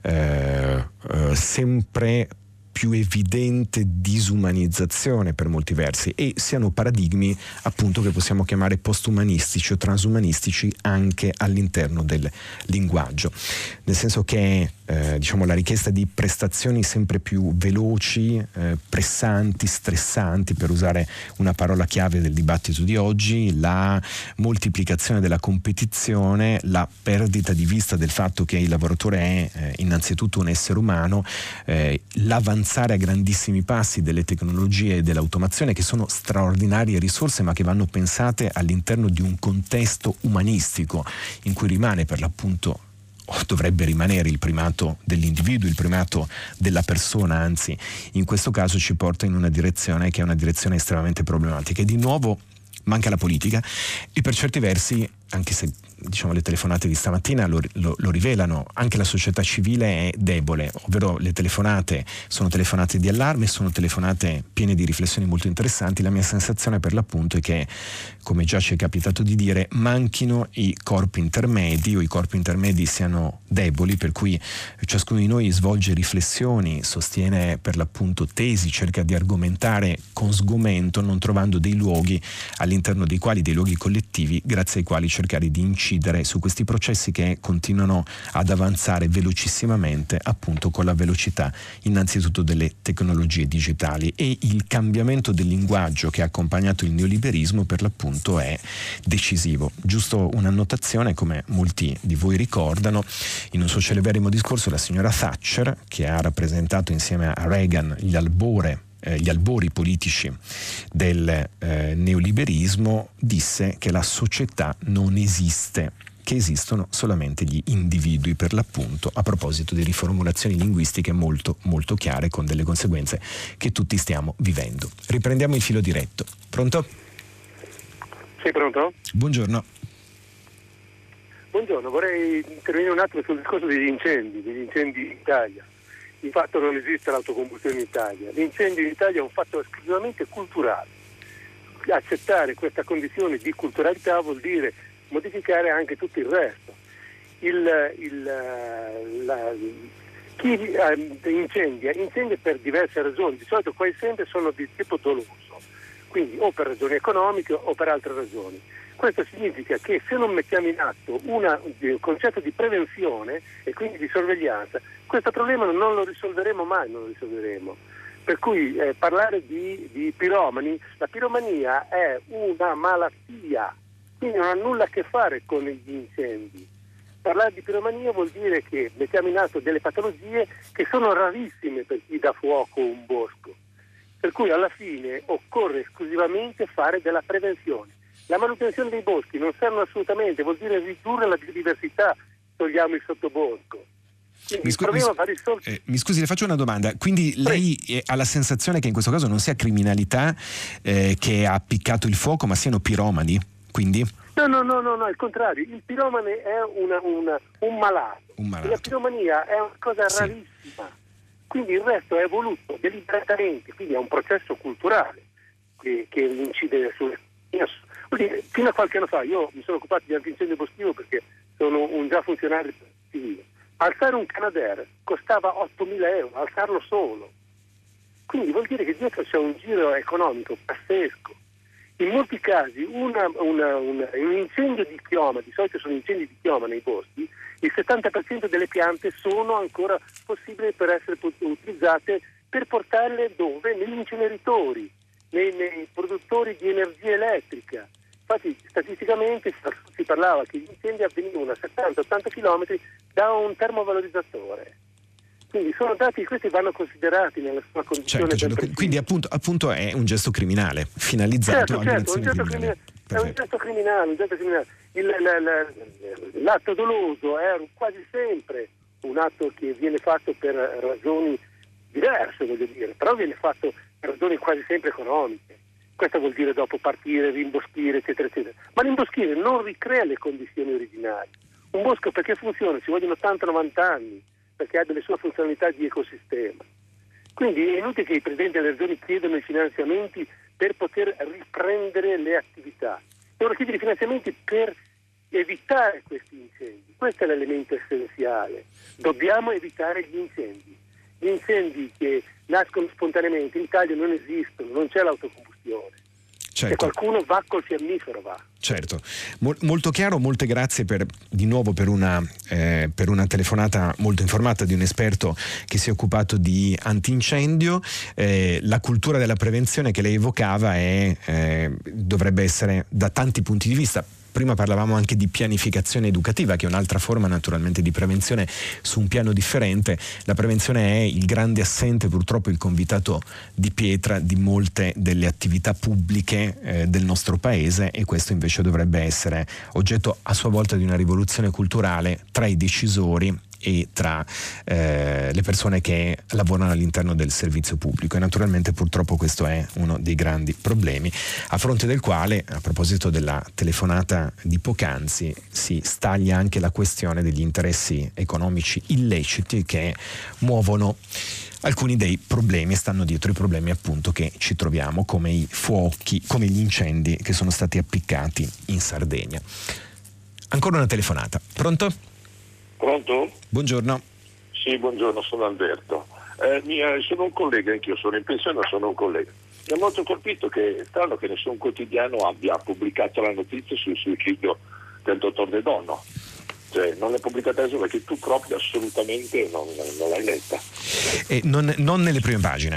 sempre più evidente disumanizzazione per molti versi, e siano paradigmi appunto che possiamo chiamare postumanistici o transumanistici anche all'interno del linguaggio, nel senso che la richiesta di prestazioni sempre più veloci, pressanti, stressanti, per usare una parola chiave del dibattito di oggi, la moltiplicazione della competizione, la perdita di vista del fatto che il lavoratore è innanzitutto un essere umano, l'avanzare a grandissimi passi delle tecnologie e dell'automazione, che sono straordinarie risorse ma che vanno pensate all'interno di un contesto umanistico in cui rimane per l'appunto, o dovrebbe rimanere, il primato dell'individuo, il primato della persona, anzi in questo caso ci porta in una direzione che è una direzione estremamente problematica. E di nuovo manca la politica, e per certi versi, anche se le telefonate di stamattina lo rivelano, anche la società civile è debole, ovvero le telefonate sono telefonate di allarme, sono telefonate piene di riflessioni molto interessanti. La mia sensazione per l'appunto è che, come già ci è capitato di dire, manchino i corpi intermedi, o i corpi intermedi siano deboli, per cui ciascuno di noi svolge riflessioni, sostiene per l'appunto tesi, cerca di argomentare con sgomento, non trovando dei luoghi all'interno dei quali, dei luoghi collettivi, grazie ai quali cercare di incidere incidere su questi processi che continuano ad avanzare velocissimamente, appunto con la velocità innanzitutto delle tecnologie digitali, e il cambiamento del linguaggio che ha accompagnato il neoliberismo per l'appunto è decisivo. Giusto un'annotazione: come molti di voi ricordano, in un suo celeberrimo discorso la signora Thatcher, che ha rappresentato insieme a Reagan gli albori politici del neoliberismo, disse che la società non esiste, che esistono solamente gli individui, per l'appunto, a proposito di riformulazioni linguistiche molto molto chiare, con delle conseguenze che tutti stiamo vivendo. Riprendiamo il filo diretto. Pronto? Sì, pronto? Buongiorno. Buongiorno, vorrei intervenire un attimo sul discorso degli incendi in Italia. Di fatto non esiste l'autocombustione in Italia. L'incendio in Italia è un fatto esclusivamente culturale. Accettare questa condizione di culturalità vuol dire modificare anche tutto il resto. Chi incendia per diverse ragioni, di solito quasi sempre sono di tipo doloso, quindi o per ragioni economiche o per altre ragioni. Questo significa che se non mettiamo in atto un concetto di prevenzione e quindi di sorveglianza, questo problema non lo risolveremo mai, Per cui parlare di piromani, la piromania è una malattia, quindi non ha nulla a che fare con gli incendi. Parlare di piromania vuol dire che mettiamo in atto delle patologie che sono rarissime per chi dà fuoco a un bosco, per cui alla fine occorre esclusivamente fare della prevenzione. La manutenzione dei boschi non serve assolutamente, vuol dire ridurre la biodiversità, togliamo il sottobosco. Mi scusi, le faccio una domanda. Quindi lei ha la sensazione che in questo caso non sia criminalità che ha appiccato il fuoco, ma siano piromani? Quindi? No, il contrario. Il piromane è un malato. La piromania è una cosa rarissima. Quindi il resto è evoluto deliberatamente, quindi è un processo culturale che incide sulle... Fino a qualche anno fa io mi sono occupato di antincendio boschivo perché sono un già funzionario civile. Alzare un Canadair costava 8.000 euro, alzarlo solo. Quindi vuol dire che dietro c'è un giro economico pazzesco. In molti casi un incendio di chioma, di solito sono incendi di chioma nei boschi, il 70% delle piante sono ancora possibili per essere utilizzate per portarle dove? Negli inceneritori, nei produttori di energia elettrica. Infatti statisticamente si parlava che gli incendi avvenivano a 70-80 km da un termovalorizzatore. Quindi sono dati che questi vanno considerati nella sua condizione. Certo. Quindi appunto è un gesto criminale finalizzato all'azione criminale. È un gesto criminale. L'atto doloso è quasi sempre un atto che viene fatto per ragioni diverse, voglio dire, però viene fatto per ragioni quasi sempre economiche. Questo vuol dire dopo partire, rimboschire, eccetera, eccetera. Ma l'imboschire non ricrea le condizioni originali. Un bosco perché funziona ci vogliono 80-90 anni, perché ha delle sue funzionalità di ecosistema. Quindi è inutile che i presidenti delle regioni chiedano i finanziamenti per poter riprendere le attività. Devono chiedere i finanziamenti per evitare questi incendi. Questo è l'elemento essenziale. Dobbiamo evitare gli incendi. Gli incendi che nascono spontaneamente in Italia non esistono, non c'è l'autocombustione. Certo. Se qualcuno va col fiammifero va. Certo, molto chiaro, molte grazie di nuovo per una telefonata molto informata di un esperto che si è occupato di antincendio. La cultura della prevenzione che lei evocava dovrebbe essere da tanti punti di vista. Prima parlavamo anche di pianificazione educativa, che è un'altra forma naturalmente di prevenzione su un piano differente. La prevenzione è il grande assente, purtroppo il convitato di pietra di molte delle attività pubbliche del nostro paese, e questo invece dovrebbe essere oggetto a sua volta di una rivoluzione culturale tra i decisori e tra le persone che lavorano all'interno del servizio pubblico, e naturalmente purtroppo questo è uno dei grandi problemi, a fronte del quale, a proposito della telefonata di poc'anzi, si staglia anche la questione degli interessi economici illeciti che muovono alcuni dei problemi, stanno dietro i problemi appunto che ci troviamo, come i fuochi, come gli incendi che sono stati appiccati in Sardegna. Ancora una telefonata. Pronto? Pronto? Buongiorno. Sì, buongiorno, sono Alberto. Sono un collega, anch'io sono in pensione, ma sono un collega. Mi ha molto colpito che è strano che nessun quotidiano abbia pubblicato la notizia sul suicidio del dottor De Donno. Cioè, non l'hai pubblicata adesso perché tu proprio assolutamente non l'hai letta. Non nelle prime pagine.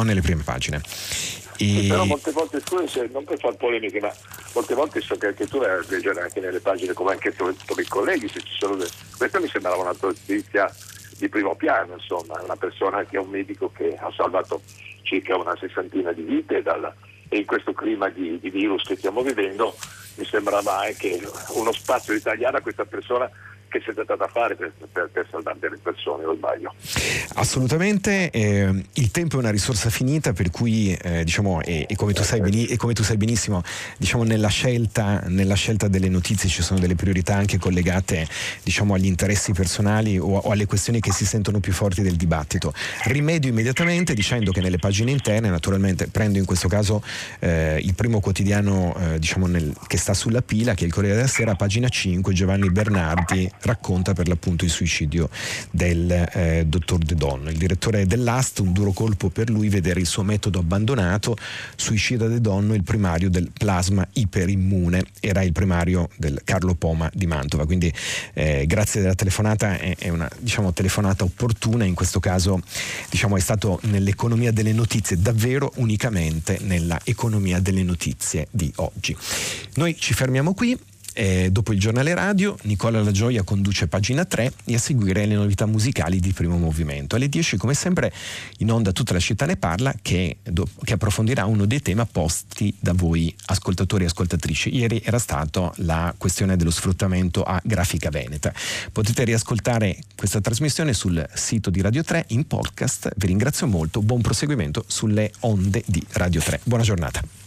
Sì, però molte volte, scusa, non per far polemiche, ma molte volte so che tu la leggi anche nelle pagine, come anche i tuoi colleghi, se ci sono questa mi sembrava una notizia di primo piano, insomma, una persona che è un medico che ha salvato circa una 60 di vite e in questo clima di virus che stiamo vivendo mi sembrava anche uno spazio italiano a questa persona che si è trattata a fare per salvare delle persone, o sbaglio? Assolutamente, il tempo è una risorsa finita, per cui diciamo, e come tu sai benissimo, diciamo, nella scelta delle notizie ci sono delle priorità anche collegate, diciamo, agli interessi personali o alle questioni che si sentono più forti del dibattito. Rimedio immediatamente dicendo che nelle pagine interne, naturalmente prendo in questo caso il primo quotidiano diciamo che sta sulla pila, che è il Corriere della Sera, pagina 5, Giovanni Bernardi racconta per l'appunto il suicidio del dottor De Donno, il direttore dell'AST. Un duro colpo per lui vedere il suo metodo abbandonato. Suicida De Donno il primario del plasma iperimmune, era il primario del Carlo Poma di Mantova. Quindi grazie della telefonata, è una, diciamo, telefonata opportuna. In questo caso, diciamo, è stato nell'economia delle notizie, davvero unicamente nella economia delle notizie di oggi. Noi ci fermiamo qui. Dopo il giornale radio, Nicola La Gioia conduce Pagina 3 e a seguire le novità musicali di Primo Movimento. Alle 10, come sempre, in onda Tutta la città ne parla, che approfondirà uno dei temi posti da voi ascoltatori e ascoltatrici. Ieri era stato la questione dello sfruttamento a Grafica Veneta. Potete riascoltare questa trasmissione sul sito di Radio 3 in podcast. Vi ringrazio molto, buon proseguimento sulle onde di Radio 3. Buona giornata.